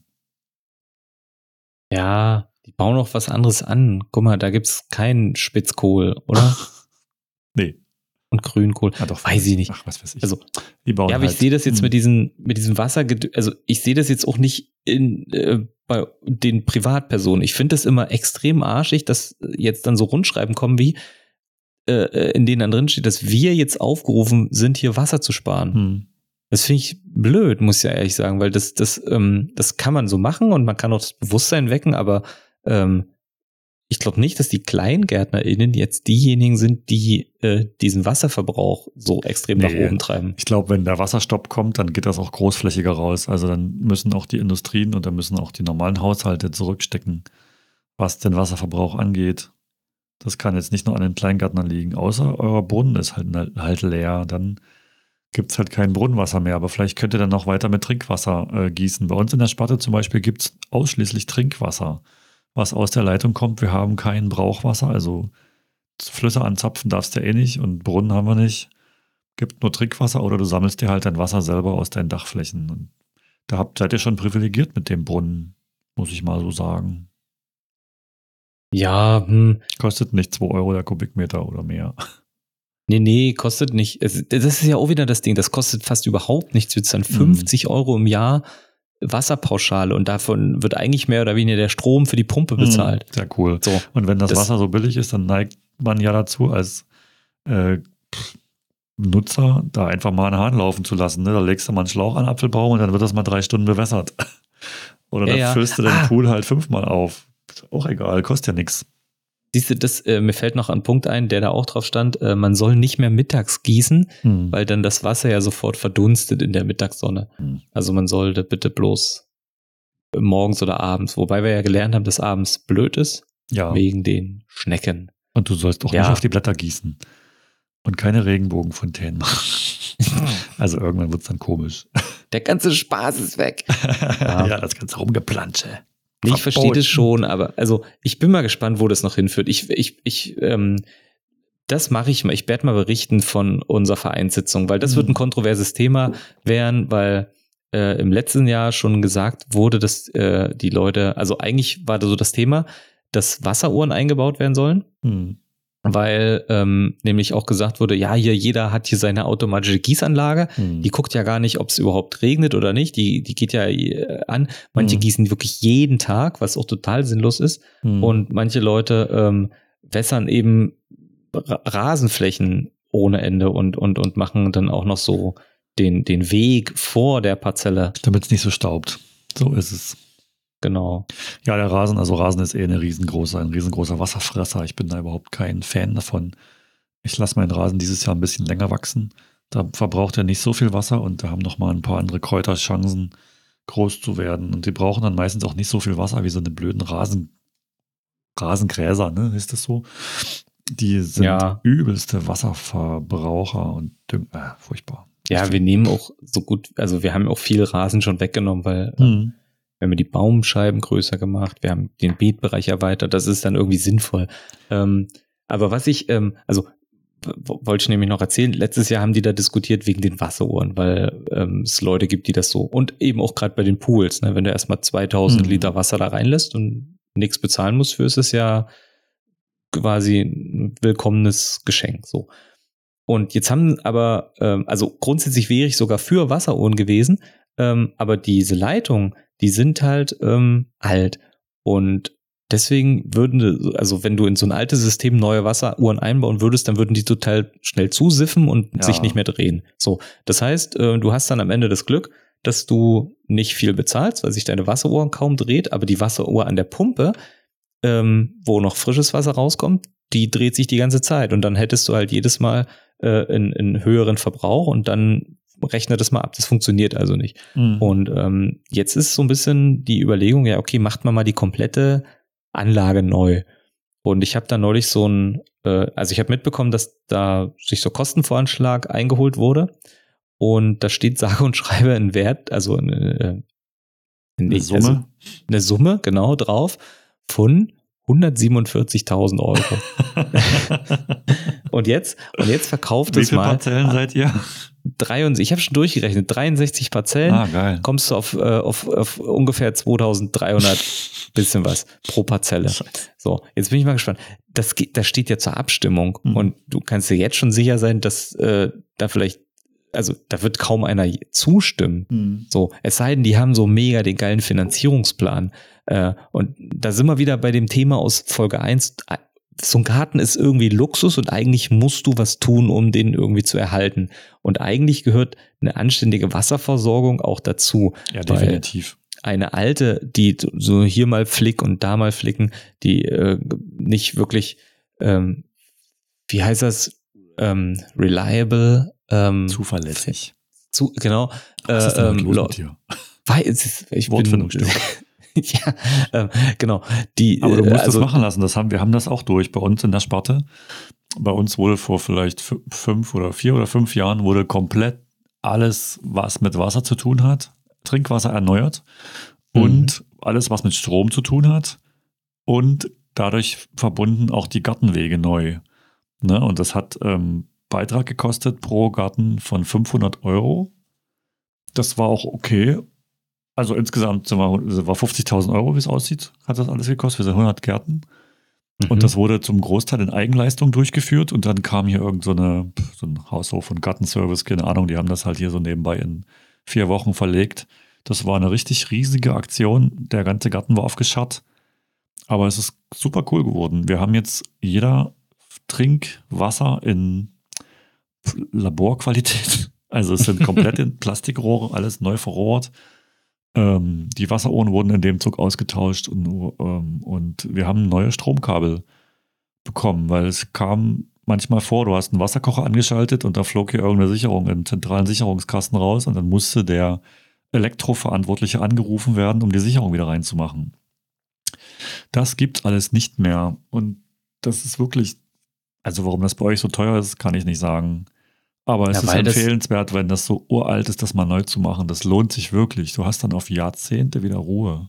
Speaker 2: ja, die bauen noch was anderes an. Guck mal, da gibt's keinen Spitzkohl, oder?
Speaker 1: Nee.
Speaker 2: Und Grünkohl.
Speaker 1: Ah, doch,
Speaker 2: Weiß ich nicht.
Speaker 1: Ach, was weiß ich.
Speaker 2: Also,
Speaker 1: die bauen
Speaker 2: ja, aber
Speaker 1: halt,
Speaker 2: ich sehe das jetzt
Speaker 1: hm.
Speaker 2: mit diesem, mit diesem Wasser, also ich sehe das jetzt auch nicht in, äh, bei den Privatpersonen. Ich finde das immer extrem arschig, dass jetzt dann so Rundschreiben kommen wie, äh, in denen dann drin steht, dass wir jetzt aufgerufen sind, hier Wasser zu sparen.
Speaker 1: Hm.
Speaker 2: Das finde ich blöd, muss ich ja ehrlich sagen, weil das, das, ähm, das kann man so machen und man kann auch das Bewusstsein wecken, aber ähm, ich glaube nicht, dass die KleingärtnerInnen jetzt diejenigen sind, die äh, diesen Wasserverbrauch so extrem
Speaker 1: Nee.
Speaker 2: nach oben treiben.
Speaker 1: Ich glaube, wenn der Wasserstopp kommt, dann geht das auch großflächiger raus. Also dann müssen auch die Industrien und dann müssen auch die normalen Haushalte zurückstecken, was den Wasserverbrauch angeht. Das kann jetzt nicht nur an den Kleingärtnern liegen, außer euer Brunnen ist halt, halt leer. Dann gibt es halt kein Brunnenwasser mehr. Aber vielleicht könnt ihr dann noch weiter mit Trinkwasser äh, gießen. Bei uns in der Sparte zum Beispiel gibt es ausschließlich Trinkwasser, was aus der Leitung kommt. Wir haben kein Brauchwasser, also Flüsse anzapfen darfst du eh nicht und Brunnen haben wir nicht. Gibt nur Trinkwasser oder du sammelst dir halt dein Wasser selber aus deinen Dachflächen. Und da habt, seid ihr schon privilegiert mit dem Brunnen, muss ich mal so sagen.
Speaker 2: Ja, hm,
Speaker 1: Kostet nicht zwei Euro der Kubikmeter oder mehr.
Speaker 2: Nee, nee, kostet nicht. Das ist ja auch wieder das Ding, das kostet fast überhaupt nichts. Du dann fünfzig mhm. Euro im Jahr Wasserpauschale und davon wird eigentlich mehr oder weniger der Strom für die Pumpe bezahlt.
Speaker 1: Mhm, sehr cool. So, und wenn das, das Wasser so billig ist, dann neigt man ja dazu, als äh, Nutzer da einfach mal einen Hahn laufen zu lassen. Ne? Da legst du mal einen Schlauch an den Apfelbaum und dann wird das mal drei Stunden bewässert. Oder dann ja, ja. füllst du den ah. Pool halt fünfmal auf. Ist auch egal, kostet ja nichts.
Speaker 2: Siehst du, das, äh, mir fällt noch ein Punkt ein, der da auch drauf stand, äh, man soll nicht mehr mittags gießen, hm. weil dann das Wasser ja sofort verdunstet in der Mittagssonne. Hm. Also man sollte bitte bloß morgens oder abends, wobei wir ja gelernt haben, dass abends blöd ist,
Speaker 1: ja.
Speaker 2: wegen den Schnecken.
Speaker 1: Und du sollst auch ja. nicht auf die Blätter gießen und keine Regenbogenfontänen machen. Also irgendwann wird es dann komisch.
Speaker 2: Der ganze Spaß ist weg.
Speaker 1: Ja, ja das ganze Rumgeplansche.
Speaker 2: Ich verstehe das schon, aber also ich bin mal gespannt, wo das noch hinführt. Ich, ich, ich, ähm, das mache ich mal. Ich werde mal berichten von unserer Vereinssitzung, weil das mhm. wird ein kontroverses Thema werden, weil äh, im letzten Jahr schon gesagt wurde, dass äh, die Leute, also eigentlich war da so das Thema, dass Wasseruhren eingebaut werden sollen. Mhm. Weil ähm, nämlich auch gesagt wurde, ja, hier jeder hat hier seine automatische Gießanlage. Hm. Die guckt ja gar nicht, ob es überhaupt regnet oder nicht. Die, die geht ja äh, an. Manche hm. gießen wirklich jeden Tag, was auch total sinnlos ist. Hm. Und manche Leute ähm, wässern eben Rasenflächen ohne Ende und, und, und machen dann auch noch so den, den Weg vor der Parzelle.
Speaker 1: Damit es nicht so staubt. So ist es.
Speaker 2: Genau.
Speaker 1: Ja, der Rasen, also Rasen ist eh eine riesengroße, ein riesengroßer Wasserfresser. Ich bin da überhaupt kein Fan davon. Ich lasse meinen Rasen dieses Jahr ein bisschen länger wachsen. Da verbraucht er nicht so viel Wasser und da haben noch mal ein paar andere Kräuter Chancen, groß zu werden. Und die brauchen dann meistens auch nicht so viel Wasser wie so eine blöden Rasen, Rasengräser, ne? Ist das so? Die sind ja. übelste Wasserverbraucher und Düng äh, furchtbar.
Speaker 2: Ja, wir nehmen auch so gut, also wir haben auch viel Rasen schon weggenommen, weil mhm. wir haben die Baumscheiben größer gemacht, wir haben den Beetbereich erweitert, das ist dann irgendwie sinnvoll. Ähm, aber was ich, ähm, also w- wollte ich nämlich noch erzählen, letztes Jahr haben die da diskutiert wegen den Wasseruhren, weil ähm, es Leute gibt, die das so, und eben auch gerade bei den Pools, ne, wenn du erstmal zweitausend mhm. Liter Wasser da reinlässt und nichts bezahlen musst für, ist es ja quasi ein willkommenes Geschenk, so. Und jetzt haben aber, ähm, also grundsätzlich wäre ich sogar für Wasseruhren gewesen, ähm, aber diese Leitungen, die sind halt ähm, alt und deswegen würden, also wenn du in so ein altes System neue Wasseruhren einbauen würdest, dann würden die total schnell zusiffen und ja. sich nicht mehr drehen. So, das heißt, äh, du hast dann am Ende das Glück, dass du nicht viel bezahlst, weil sich deine Wasseruhr kaum dreht, aber die Wasseruhr an der Pumpe, ähm, wo noch frisches Wasser rauskommt, die dreht sich die ganze Zeit und dann hättest du halt jedes Mal äh, einen, einen höheren Verbrauch und dann rechne das mal ab, das funktioniert also nicht. Mhm. Und ähm, jetzt ist so ein bisschen die Überlegung, ja okay, macht man mal die komplette Anlage neu. Und ich habe da neulich so ein, äh, also ich habe mitbekommen, dass da sich so Kostenvoranschlag eingeholt wurde und da steht sage und schreibe ein Wert, also eine, eine,
Speaker 1: eine Summe,
Speaker 2: also eine Summe, genau, drauf von hundertsiebenundvierzigtausend Euro. und jetzt, und jetzt verkauft es mal.
Speaker 1: Wie viele Parzellen seid ihr?
Speaker 2: dreiundsechzig, ich habe schon durchgerechnet, dreiundsechzig Parzellen.
Speaker 1: Ah, geil.
Speaker 2: Kommst du auf, äh, auf, auf ungefähr zweitausenddreihundert bisschen was pro Parzelle. So, jetzt bin ich mal gespannt. Das, das steht ja zur Abstimmung mhm. und du kannst dir jetzt schon sicher sein, dass äh, da vielleicht, also da wird kaum einer zustimmen. Mhm. So, es sei denn, die haben so mega den geilen Finanzierungsplan. Äh, und da sind wir wieder bei dem Thema aus Folge eins. So ein Garten ist irgendwie Luxus und eigentlich musst du was tun, um den irgendwie zu erhalten. Und eigentlich gehört eine anständige Wasserversorgung auch dazu.
Speaker 1: Ja, definitiv.
Speaker 2: Eine alte, die so hier mal flick und da mal flicken, die äh, nicht wirklich, ähm, wie heißt das, ähm, reliable, ähm,
Speaker 1: zuverlässig.
Speaker 2: Zu, genau.
Speaker 1: Was ist denn ähm, los mit dir?
Speaker 2: Weiß, ich
Speaker 1: Wortfindungsstörung.
Speaker 2: Ja, ähm, genau. Die,
Speaker 1: Aber du musst
Speaker 2: also,
Speaker 1: das machen lassen. Das haben, wir haben das auch durch. Bei uns in der Sparte, bei uns wurde vor vielleicht f- fünf oder vier oder fünf Jahren wurde komplett alles, was mit Wasser zu tun hat, Trinkwasser erneuert mhm. und alles, was mit Strom zu tun hat und dadurch verbunden auch die Gartenwege neu. Ne? Und das hat ähm, Beitrag gekostet pro Garten von fünfhundert Euro. Das war auch okay. Also insgesamt sind wir, war fünfzigtausend Euro, wie es aussieht, hat das alles gekostet. Wir sind hundert Gärten. Mhm. Und das wurde zum Großteil in Eigenleistung durchgeführt und dann kam hier irgend so, eine, so ein Haushof- und Gartenservice, keine Ahnung, die haben das halt hier so nebenbei in vier Wochen verlegt. Das war eine richtig riesige Aktion. Der ganze Garten war aufgescharrt. Aber es ist super cool geworden. Wir haben jetzt jeder Trinkwasser in Laborqualität. Also es sind komplett in Plastikrohre, alles neu verrohrt. Ähm, die Wasserohren wurden in dem Zug ausgetauscht und, ähm, und wir haben neue Stromkabel bekommen, weil es kam manchmal vor, du hast einen Wasserkocher angeschaltet und da flog hier irgendeine Sicherung im zentralen Sicherungskasten raus und dann musste der Elektroverantwortliche angerufen werden, um die Sicherung wieder reinzumachen. Das gibt's alles nicht mehr und das ist wirklich, also warum das bei euch so teuer ist, kann ich nicht sagen. Aber es ja, ist empfehlenswert, wenn das so uralt ist, das mal neu zu machen. Das lohnt sich wirklich. Du hast dann auf Jahrzehnte wieder Ruhe.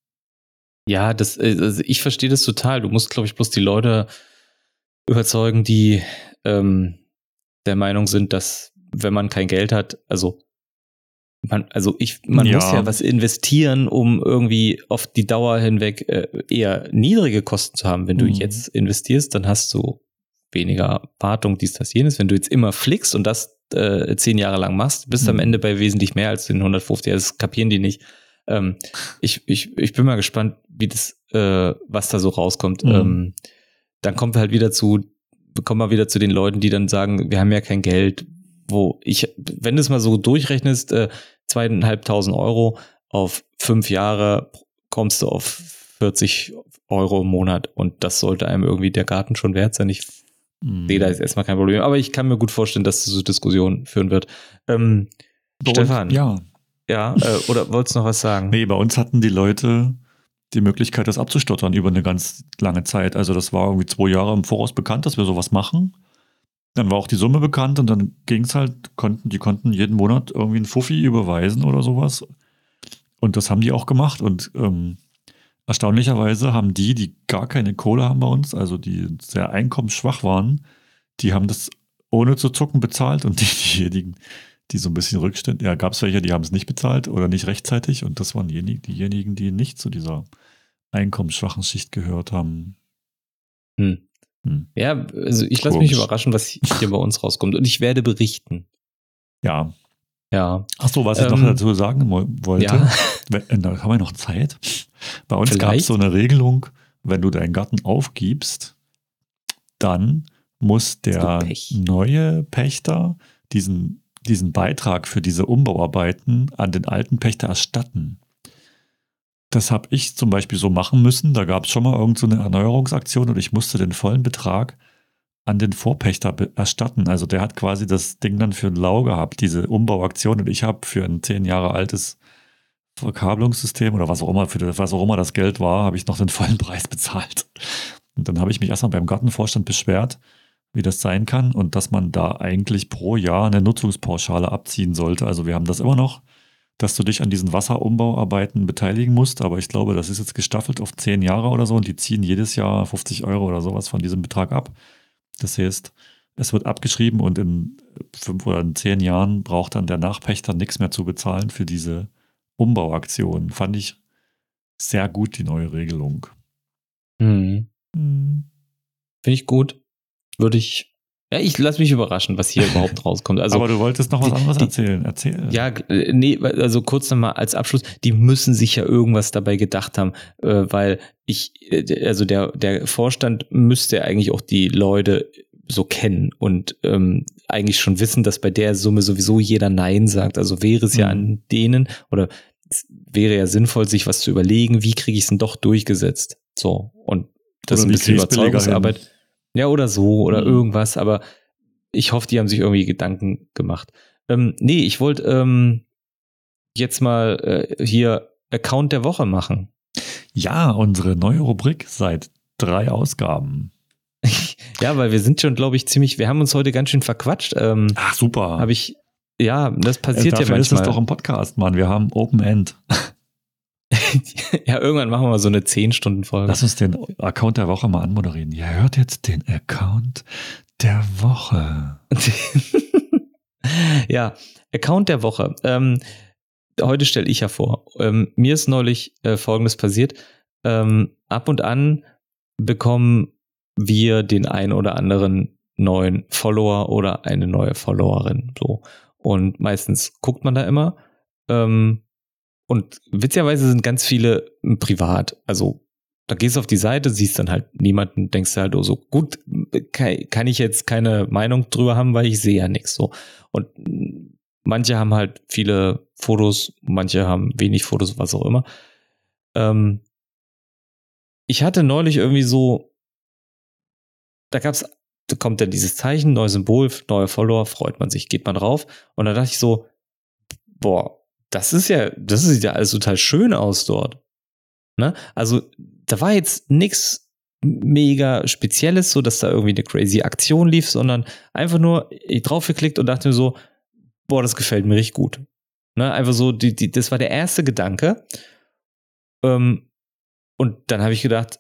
Speaker 2: Ja, das, also ich verstehe das total. Du musst, glaube ich, bloß die Leute überzeugen, die ähm, der Meinung sind, dass wenn man kein Geld hat, also man, also ich, man ja. muss ja was investieren, um irgendwie auf die Dauer hinweg äh, eher niedrige Kosten zu haben. Wenn du mhm. jetzt investierst, dann hast du weniger Wartung, dies, das, jenes. Wenn du jetzt immer flickst und das äh, zehn Jahre lang machst, bist du mhm. am Ende bei wesentlich mehr als den hundertfünfzig. Das kapieren die nicht. Ähm, ich, ich, ich bin mal gespannt, wie das, äh, was da so rauskommt. Mhm. Ähm, dann kommt halt wieder zu, kommen wir wieder zu den Leuten, die dann sagen, wir haben ja kein Geld, wo ich, wenn du es mal so durchrechnest, äh, zweieinhalbtausend Euro auf fünf Jahre kommst du auf vierzig Euro im Monat und das sollte einem irgendwie der Garten schon wert sein. Ich mm. sehe da jetzt erstmal kein Problem, aber ich kann mir gut vorstellen, dass das so Diskussionen führen wird. Ähm, Stefan.
Speaker 1: Ja.
Speaker 2: Ja, äh, oder wolltest du noch was sagen?
Speaker 1: Nee, bei uns hatten die Leute die Möglichkeit, das abzustottern über eine ganz lange Zeit. Also das war irgendwie zwei Jahre im Voraus bekannt, dass wir sowas machen. Dann war auch die Summe bekannt und dann ging es halt, konnten, die konnten jeden Monat irgendwie einen Fuffi überweisen oder sowas. Und das haben die auch gemacht. Und ähm, erstaunlicherweise haben die, die gar keine Kohle haben bei uns, also die sehr einkommensschwach waren, die haben das ohne zu zucken bezahlt. Und die, diejenigen, die so ein bisschen Rückstände, ja, gab es welche, die haben es nicht bezahlt oder nicht rechtzeitig. Und das waren diejenigen, diejenigen, die nicht zu dieser einkommensschwachen Schicht gehört haben.
Speaker 2: Hm. Hm. Ja, also ich lasse mich überraschen, was hier bei uns rauskommt. Und ich werde berichten.
Speaker 1: Ja.
Speaker 2: Ja.
Speaker 1: Ach so, was ich ähm, noch dazu sagen wollte. Ja. Da haben wir noch Zeit. Bei uns gab es so eine Regelung, wenn du deinen Garten aufgibst, dann muss der Pech. neue Pächter diesen, diesen Beitrag für diese Umbauarbeiten an den alten Pächter erstatten. Das habe ich zum Beispiel so machen müssen. Da gab es schon mal irgend so eine Erneuerungsaktion und ich musste den vollen Betrag an den Vorpächter be- erstatten. Also der hat quasi das Ding dann für lau gehabt, diese Umbauaktion. Und ich habe für ein zehn Jahre altes Verkabelungssystem oder was auch immer, für das, was auch immer das Geld war, habe ich noch den vollen Preis bezahlt. Und dann habe ich mich erstmal beim Gartenvorstand beschwert, wie das sein kann und dass man da eigentlich pro Jahr eine Nutzungspauschale abziehen sollte. Also wir haben das immer noch, dass du dich an diesen Wasserumbauarbeiten beteiligen musst, aber ich glaube, das ist jetzt gestaffelt auf zehn Jahre oder so und die ziehen jedes Jahr fünfzig Euro oder sowas von diesem Betrag ab. Das heißt, es wird abgeschrieben und in fünf oder in zehn Jahren braucht dann der Nachpächter nichts mehr zu bezahlen für diese Umbauaktion. Fand ich sehr gut, die neue Regelung.
Speaker 2: Mhm. Mhm. Finde ich gut. Würde ich Ja, ich lasse mich überraschen, was hier überhaupt rauskommt. Also,
Speaker 1: aber du wolltest noch was die, anderes erzählen. Erzähl.
Speaker 2: Ja, nee, also kurz nochmal als Abschluss. Die müssen sich ja irgendwas dabei gedacht haben, äh, weil ich, also der, der Vorstand müsste eigentlich auch die Leute so kennen und ähm, eigentlich schon wissen, dass bei der Summe sowieso jeder Nein sagt. Also wäre es mhm. ja an denen oder es wäre ja sinnvoll, sich was zu überlegen, wie kriege ich es denn doch durchgesetzt? So, und das ist ein bisschen Überzeugungsarbeit. Ja, oder so, oder mhm. irgendwas, aber ich hoffe, die haben sich irgendwie Gedanken gemacht. Ähm, nee, ich wollte ähm, jetzt mal äh, hier Account der Woche machen.
Speaker 1: Ja, unsere neue Rubrik seit drei Ausgaben.
Speaker 2: Ja, weil wir sind schon, glaube ich, ziemlich, wir haben uns heute ganz schön verquatscht. Ähm,
Speaker 1: Ach, super.
Speaker 2: Habe ich, ja, das passiert äh, ja manchmal.
Speaker 1: Dafür ist es doch im Podcast, Mann. Wir haben Open End.
Speaker 2: Ja, irgendwann machen wir mal so eine zehn-Stunden-Folge.
Speaker 1: Lass uns den Account der Woche mal anmoderieren. Ihr hört jetzt den Account der Woche.
Speaker 2: Ja, Account der Woche. Ähm, heute stelle ich ja vor. Ähm, mir ist neulich äh, Folgendes passiert. Ähm, ab und an bekommen wir den ein oder anderen neuen Follower oder eine neue Followerin. So. Und meistens guckt man da immer. Ähm, und witzigerweise sind ganz viele privat. Also da gehst du auf die Seite, siehst dann halt niemanden, denkst du halt so, gut, kann ich jetzt keine Meinung drüber haben, weil ich sehe ja nichts. So. Und manche haben halt viele Fotos, manche haben wenig Fotos, was auch immer. Ähm, ich hatte neulich irgendwie so, da gab's, da kommt dann dieses Zeichen, neues Symbol, neue Follower, freut man sich, geht man drauf. Und da dachte ich so, boah, das ist ja, das sieht ja alles total schön aus dort. Ne? Also, da war jetzt nichts mega Spezielles, so dass da irgendwie eine crazy Aktion lief, sondern einfach nur ich drauf geklickt und dachte mir so, boah, das gefällt mir richtig gut. Ne? Einfach so, die, die, das war der erste Gedanke. Ähm, und dann habe ich gedacht,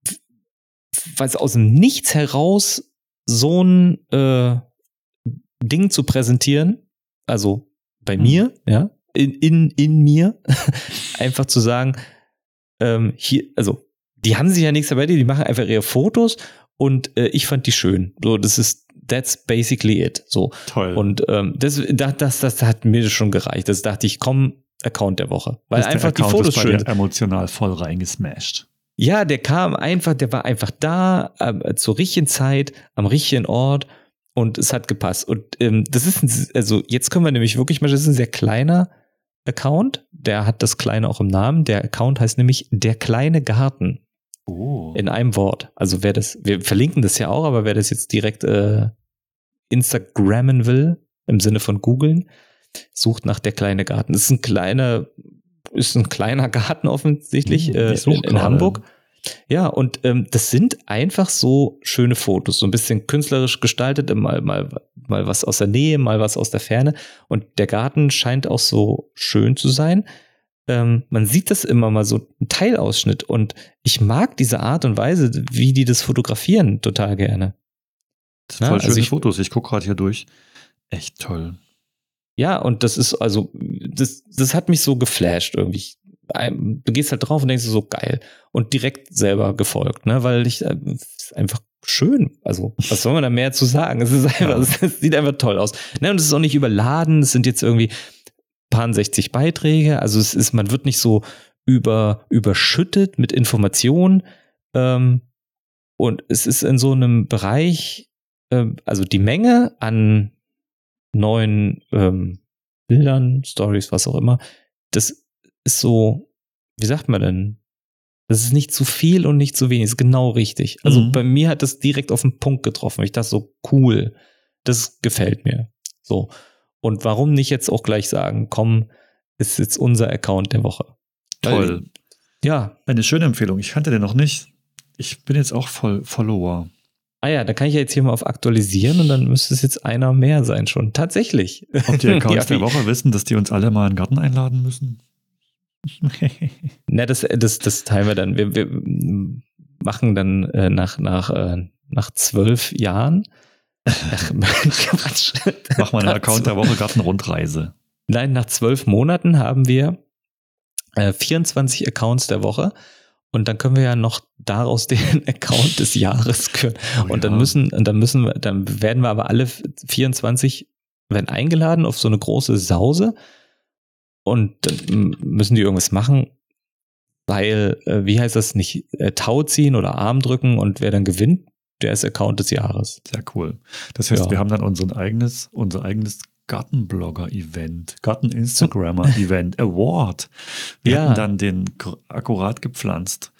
Speaker 2: weil es aus dem Nichts heraus so ein äh, Ding zu präsentieren, also bei hm. mir, ja, in, in, in mir, einfach zu sagen, ähm, hier, also die haben sich ja nichts dabei, die machen einfach ihre Fotos und äh, ich fand die schön. So, das ist, that's basically it. So.
Speaker 1: Toll.
Speaker 2: Und ähm, das, das, das, das hat mir schon gereicht. Das dachte ich, komm, Account der Woche. Weil einfach die Fotos schön sind.
Speaker 1: Emotional voll reingesmashed.
Speaker 2: Ja, der kam einfach, der war einfach da, äh, zur richtigen Zeit, am richtigen Ort und es hat gepasst. Und ähm, das ist, ein, also jetzt können wir nämlich wirklich mal, das ist ein sehr kleiner Account, der hat das Kleine auch im Namen. Der Account heißt nämlich Der kleine Garten.
Speaker 1: Oh.
Speaker 2: In einem Wort. Also wer das, wir verlinken das ja auch, aber wer das jetzt direkt äh, Instagrammen will, im Sinne von googeln, sucht nach Der kleine Garten. Das ist ein kleiner, ist ein kleiner Garten offensichtlich
Speaker 1: hm,
Speaker 2: äh, in, in Hamburg. Ja, und ähm, das sind einfach so schöne Fotos, so ein bisschen künstlerisch gestaltet, mal, mal, mal was aus der Nähe, mal was aus der Ferne. Und der Garten scheint auch so schön zu sein. Ähm, man sieht das immer mal so, ein Teilausschnitt. Und ich mag diese Art und Weise, wie die das fotografieren, total gerne.
Speaker 1: Das sind voll schöne also ich, Fotos, ich gucke gerade hier durch. Echt toll.
Speaker 2: Ja, und das ist, also, das, das hat mich so geflasht irgendwie. Du gehst halt drauf und denkst so, geil. Und direkt selber gefolgt, ne, weil ich, äh, ist einfach schön. Also, was soll man da mehr zu sagen? Es ist einfach, es, es sieht einfach toll aus. Ne, und es ist auch nicht überladen. Es sind jetzt irgendwie paar sechzig Beiträge. Also, es ist, man wird nicht so über, überschüttet mit Informationen. Ähm, und es ist in so einem Bereich, äh, also die Menge an neuen ähm, Bildern, Stories, was auch immer, das ist so, wie sagt man denn? Das ist nicht zu viel und nicht zu wenig, das ist genau richtig. Also mhm. bei mir hat das direkt auf den Punkt getroffen. Ich dachte so, cool, das gefällt mir. So. Und warum nicht jetzt auch gleich sagen, komm, ist jetzt unser Account der Woche.
Speaker 1: Toll.
Speaker 2: Weil, ja.
Speaker 1: Eine schöne Empfehlung. Ich kannte den noch nicht. Ich bin jetzt auch voll Follower.
Speaker 2: Ah ja, da kann ich ja jetzt hier mal auf aktualisieren und dann müsste es jetzt einer mehr sein schon. Tatsächlich.
Speaker 1: Ob die Accounts ja, der Woche wissen, dass die uns alle mal in den Garten einladen müssen?
Speaker 2: Na, das, das, das teilen wir dann. Wir, wir machen dann äh, nach, nach, äh, nach zwölf Jahren. Ach, Quatsch.
Speaker 1: Mach mal einen Account der Woche Gartenrundreise.
Speaker 2: Nein, nach zwölf Monaten haben wir äh, vierundzwanzig Accounts der Woche. Und dann können wir ja noch daraus den Account des Jahres führen. Oh, und dann ja. müssen, und dann müssen wir, dann werden wir aber alle vierundzwanzig werden eingeladen auf so eine große Sause. Und dann müssen die irgendwas machen, weil, äh, wie heißt das, nicht äh, Tau ziehen oder Arm drücken und wer dann gewinnt, der ist Account des Jahres.
Speaker 1: Sehr cool. Das heißt,
Speaker 2: ja.
Speaker 1: wir haben dann unser eigenes, unser eigenes Gartenblogger-Event, Garten-Instagrammer-Event, Award. Wir
Speaker 2: ja.
Speaker 1: hatten dann den akkurat gepflanzt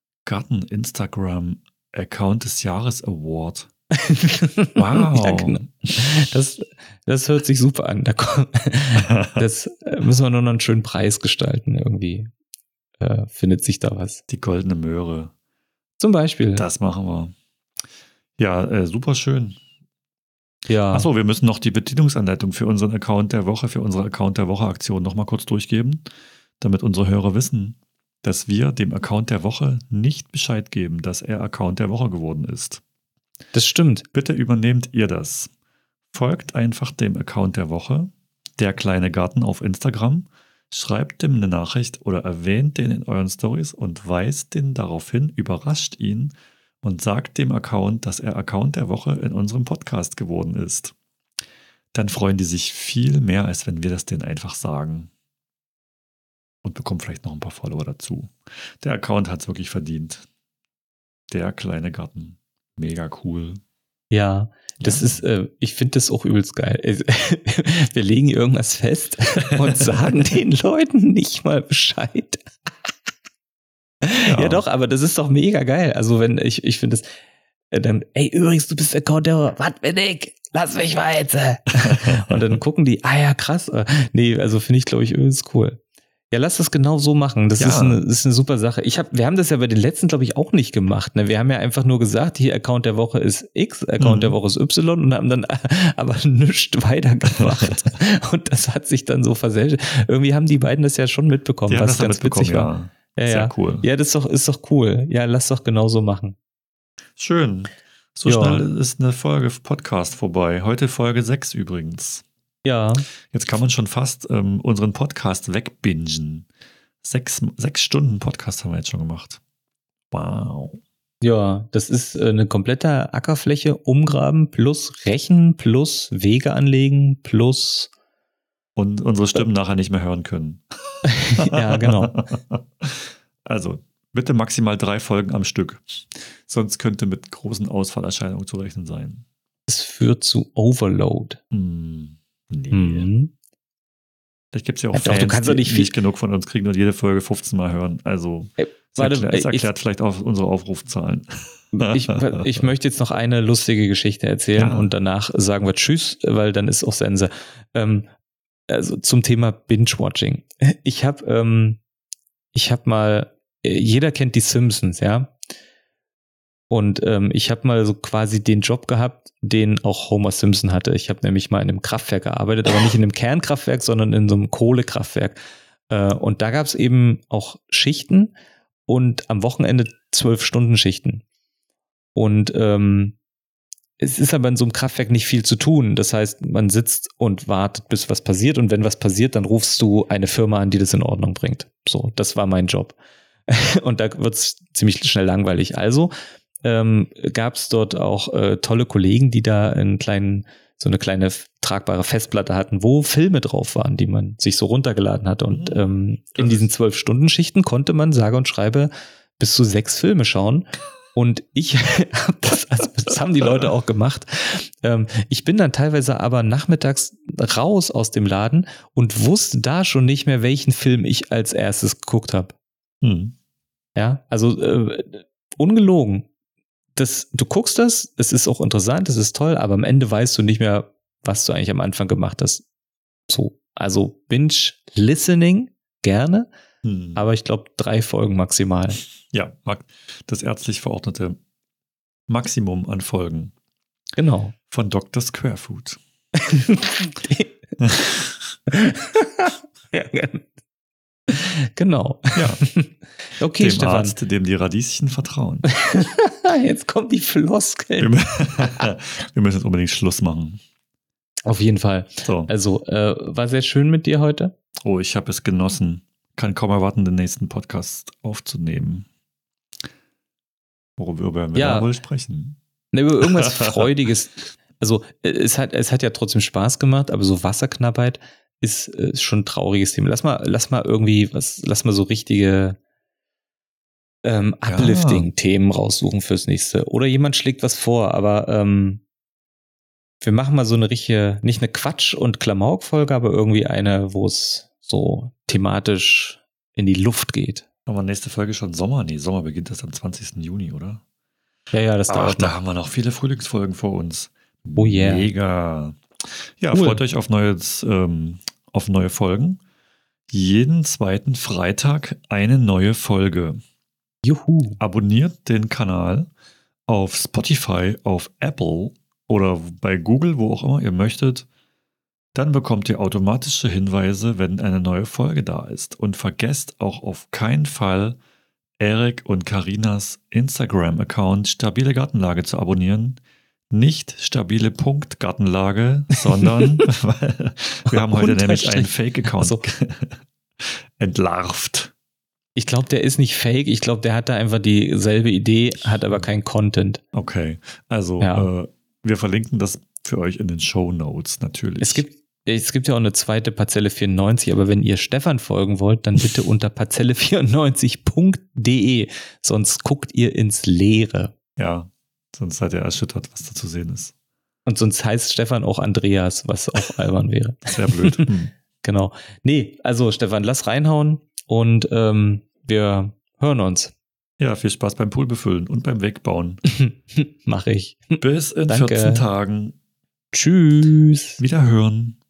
Speaker 1: Garten-Instagram-Account des Jahres Award. Wow.
Speaker 2: Ja, genau. Das, das hört sich super an. Da kommt, das müssen wir nur noch einen schönen Preis gestalten. Irgendwie äh, findet sich da was.
Speaker 1: Die goldene Möhre.
Speaker 2: Zum Beispiel.
Speaker 1: Das machen wir. Ja, äh, super schön.
Speaker 2: Ja.
Speaker 1: Achso, wir müssen noch die Bedienungsanleitung für unseren Account der Woche, für unsere Account der Woche Aktion nochmal kurz durchgeben, damit unsere Hörer wissen, dass wir dem Account der Woche nicht Bescheid geben, dass er Account der Woche geworden ist.
Speaker 2: Das stimmt.
Speaker 1: Bitte übernehmt ihr das. Folgt einfach dem Account der Woche, der kleine Garten auf Instagram, schreibt ihm eine Nachricht oder erwähnt den in euren Stories und weist den darauf hin, überrascht ihn und sagt dem Account, dass er Account der Woche in unserem Podcast geworden ist. Dann freuen die sich viel mehr, als wenn wir das denen einfach sagen. Und bekommen vielleicht noch ein paar Follower dazu. Der Account hat es wirklich verdient. Der kleine Garten. Mega cool.
Speaker 2: Ja, das ja. ist, äh, ich finde das auch übelst geil. Wir legen irgendwas fest und sagen den Leuten nicht mal Bescheid. Ja. ja doch, aber das ist doch mega geil. Also wenn ich, ich finde das, äh, dann, ey, übrigens, du bist Account der Woche. Was bin ich? Lass mich mal jetzt. Und dann gucken die, ah ja, krass. Nee, also finde ich, glaube ich, übelst cool. Ja, lass das genau so machen. Das, ja. ist, eine, das ist eine super Sache. Ich hab, wir haben das ja bei den letzten, glaube ich, auch nicht gemacht. Ne? Wir haben ja einfach nur gesagt, hier Account der Woche ist X, Account mhm. der Woche ist Y und haben dann aber nichts weitergemacht. Und das hat sich dann so verselbstständigt. Irgendwie haben die beiden das ja schon mitbekommen,
Speaker 1: die
Speaker 2: was ganz witzig
Speaker 1: ja.
Speaker 2: war. Ja,
Speaker 1: Sehr
Speaker 2: ja.
Speaker 1: cool.
Speaker 2: Ja, das ist doch, ist doch cool. Ja, lass doch genau so machen.
Speaker 1: Schön. So ja. schnell ist eine Folge Podcast vorbei. Heute Folge sechs übrigens.
Speaker 2: Ja.
Speaker 1: Jetzt kann man schon fast ähm, unseren Podcast wegbingen. Sechs, sechs Stunden Podcast haben wir jetzt schon gemacht. Wow.
Speaker 2: Ja, das ist äh, eine komplette Ackerfläche umgraben plus Rechen plus Wege anlegen plus
Speaker 1: und unsere Stimmen äh, nachher nicht mehr hören können.
Speaker 2: Ja, genau.
Speaker 1: Also bitte maximal drei Folgen am Stück. Sonst könnte mit großen Ausfallerscheinungen zu rechnen sein.
Speaker 2: Es führt zu Overload.
Speaker 1: Hm. Nee.
Speaker 2: Mhm.
Speaker 1: Vielleicht gibt es ja auch
Speaker 2: ja,
Speaker 1: Fans,
Speaker 2: doch, du kannst
Speaker 1: die
Speaker 2: nicht,
Speaker 1: nicht genug von uns kriegen und jede Folge fünfzehn Mal hören. Also
Speaker 2: Ey,
Speaker 1: es
Speaker 2: warte,
Speaker 1: erklärt, es erklärt
Speaker 2: ich,
Speaker 1: vielleicht auch unsere Aufrufzahlen.
Speaker 2: Ich, ich möchte jetzt noch eine lustige Geschichte erzählen ja. und danach sagen wir Tschüss, weil dann ist auch Sense. Ähm, also zum Thema Binge-Watching. Ich habe ähm, ich habe mal, jeder kennt die Simpsons, ja? Und ähm, ich habe mal so quasi den Job gehabt, den auch Homer Simpson hatte. Ich habe nämlich mal in einem Kraftwerk gearbeitet, aber nicht in einem Kernkraftwerk, sondern in so einem Kohlekraftwerk. Äh, und da gab es eben auch Schichten und am Wochenende zwölf Stunden Schichten. Und ähm, es ist aber in so einem Kraftwerk nicht viel zu tun. Das heißt, man sitzt und wartet, bis was passiert. Und wenn was passiert, dann rufst du eine Firma an, die das in Ordnung bringt. So, das war mein Job. Und da wird es ziemlich schnell langweilig. Also ähm, gab es dort auch äh, tolle Kollegen, die da einen kleinen, so eine kleine tragbare Festplatte hatten, wo Filme drauf waren, die man sich so runtergeladen hatte. Und ähm, in diesen zwölf Stunden Schichten konnte man sage und schreibe bis zu sechs Filme schauen. Und ich habe das, also das haben die Leute auch gemacht. Ähm, ich bin dann teilweise aber nachmittags raus aus dem Laden und wusste da schon nicht mehr, welchen Film ich als erstes geguckt habe.
Speaker 1: Hm.
Speaker 2: Ja, also äh, ungelogen. Das, du guckst das, es ist auch interessant, es ist toll, aber am Ende weißt du nicht mehr, was du eigentlich am Anfang gemacht hast. So, also Binge-Listening gerne, hm. aber ich glaube drei Folgen maximal.
Speaker 1: Ja, das ärztlich verordnete Maximum an Folgen.
Speaker 2: Genau.
Speaker 1: Von Doktor Squarefoot.
Speaker 2: Ja, genau.
Speaker 1: Ja.
Speaker 2: Okay,
Speaker 1: dem
Speaker 2: Stefan.
Speaker 1: Arzt, dem die Radieschen vertrauen.
Speaker 2: Jetzt kommt die Floskel.
Speaker 1: Wir, wir müssen jetzt unbedingt Schluss machen.
Speaker 2: Auf jeden Fall.
Speaker 1: So.
Speaker 2: Also, äh, war sehr schön mit dir heute.
Speaker 1: Oh, ich habe es genossen. Kann kaum erwarten, den nächsten Podcast aufzunehmen. Worüber werden wir
Speaker 2: ja.
Speaker 1: da wohl sprechen?
Speaker 2: Ne, über irgendwas Freudiges. Also, es hat, es hat ja trotzdem Spaß gemacht, aber so Wasserknappheit ist, ist schon ein trauriges Thema. Lass mal, lass mal irgendwie was, lass mal so richtige ähm, Uplifting-Themen raussuchen fürs nächste. Oder jemand schlägt was vor, aber ähm, wir machen mal so eine richtige, nicht eine Quatsch- und Klamauk-Folge, aber irgendwie eine, wo es so thematisch in die Luft geht.
Speaker 1: Aber nächste Folge schon Sommer? Nee, Sommer beginnt erst am zwanzigsten Juni, oder?
Speaker 2: Ja, ja, das
Speaker 1: Ach,
Speaker 2: dauert
Speaker 1: da
Speaker 2: noch.
Speaker 1: haben wir noch viele Frühlingsfolgen vor uns.
Speaker 2: Oh yeah.
Speaker 1: Mega. Ja,
Speaker 2: Cool.
Speaker 1: Freut euch auf, neues, ähm, auf neue Folgen. Jeden zweiten Freitag eine neue Folge.
Speaker 2: Juhu.
Speaker 1: Abonniert den Kanal auf Spotify, auf Apple oder bei Google, wo auch immer ihr möchtet. Dann bekommt ihr automatische Hinweise, wenn eine neue Folge da ist. Und vergesst auch auf keinen Fall, Erik und Carinas Instagram-Account Stabile Gartenlage zu abonnieren. Nicht stabile Punkt Gartenlage, sondern wir haben heute nämlich einen Fake-Account
Speaker 2: also.
Speaker 1: entlarvt.
Speaker 2: Ich glaube, der ist nicht fake. Ich glaube, der hat da einfach dieselbe Idee, hat aber kein Content.
Speaker 1: Okay, also
Speaker 2: Ja.
Speaker 1: äh, wir verlinken das für euch in den Shownotes natürlich.
Speaker 2: Es gibt, es gibt ja auch eine zweite Parzelle vierundneunzig, aber wenn ihr Stefan folgen wollt, dann bitte unter parzelle vierundneunzig punkt de, sonst guckt ihr ins Leere.
Speaker 1: Ja, sonst seid ihr erschüttert, was da zu sehen ist.
Speaker 2: Und sonst heißt Stefan auch Andreas, was auch albern wäre.
Speaker 1: Sehr blöd. Hm.
Speaker 2: Genau. Nee, also Stefan, lass reinhauen und ähm, wir hören uns.
Speaker 1: Ja, viel Spaß beim Pool befüllen und beim Wegbauen.
Speaker 2: Mach ich.
Speaker 1: Bis in
Speaker 2: Danke.
Speaker 1: vierzehn Tagen.
Speaker 2: Tschüss.
Speaker 1: Wiederhören.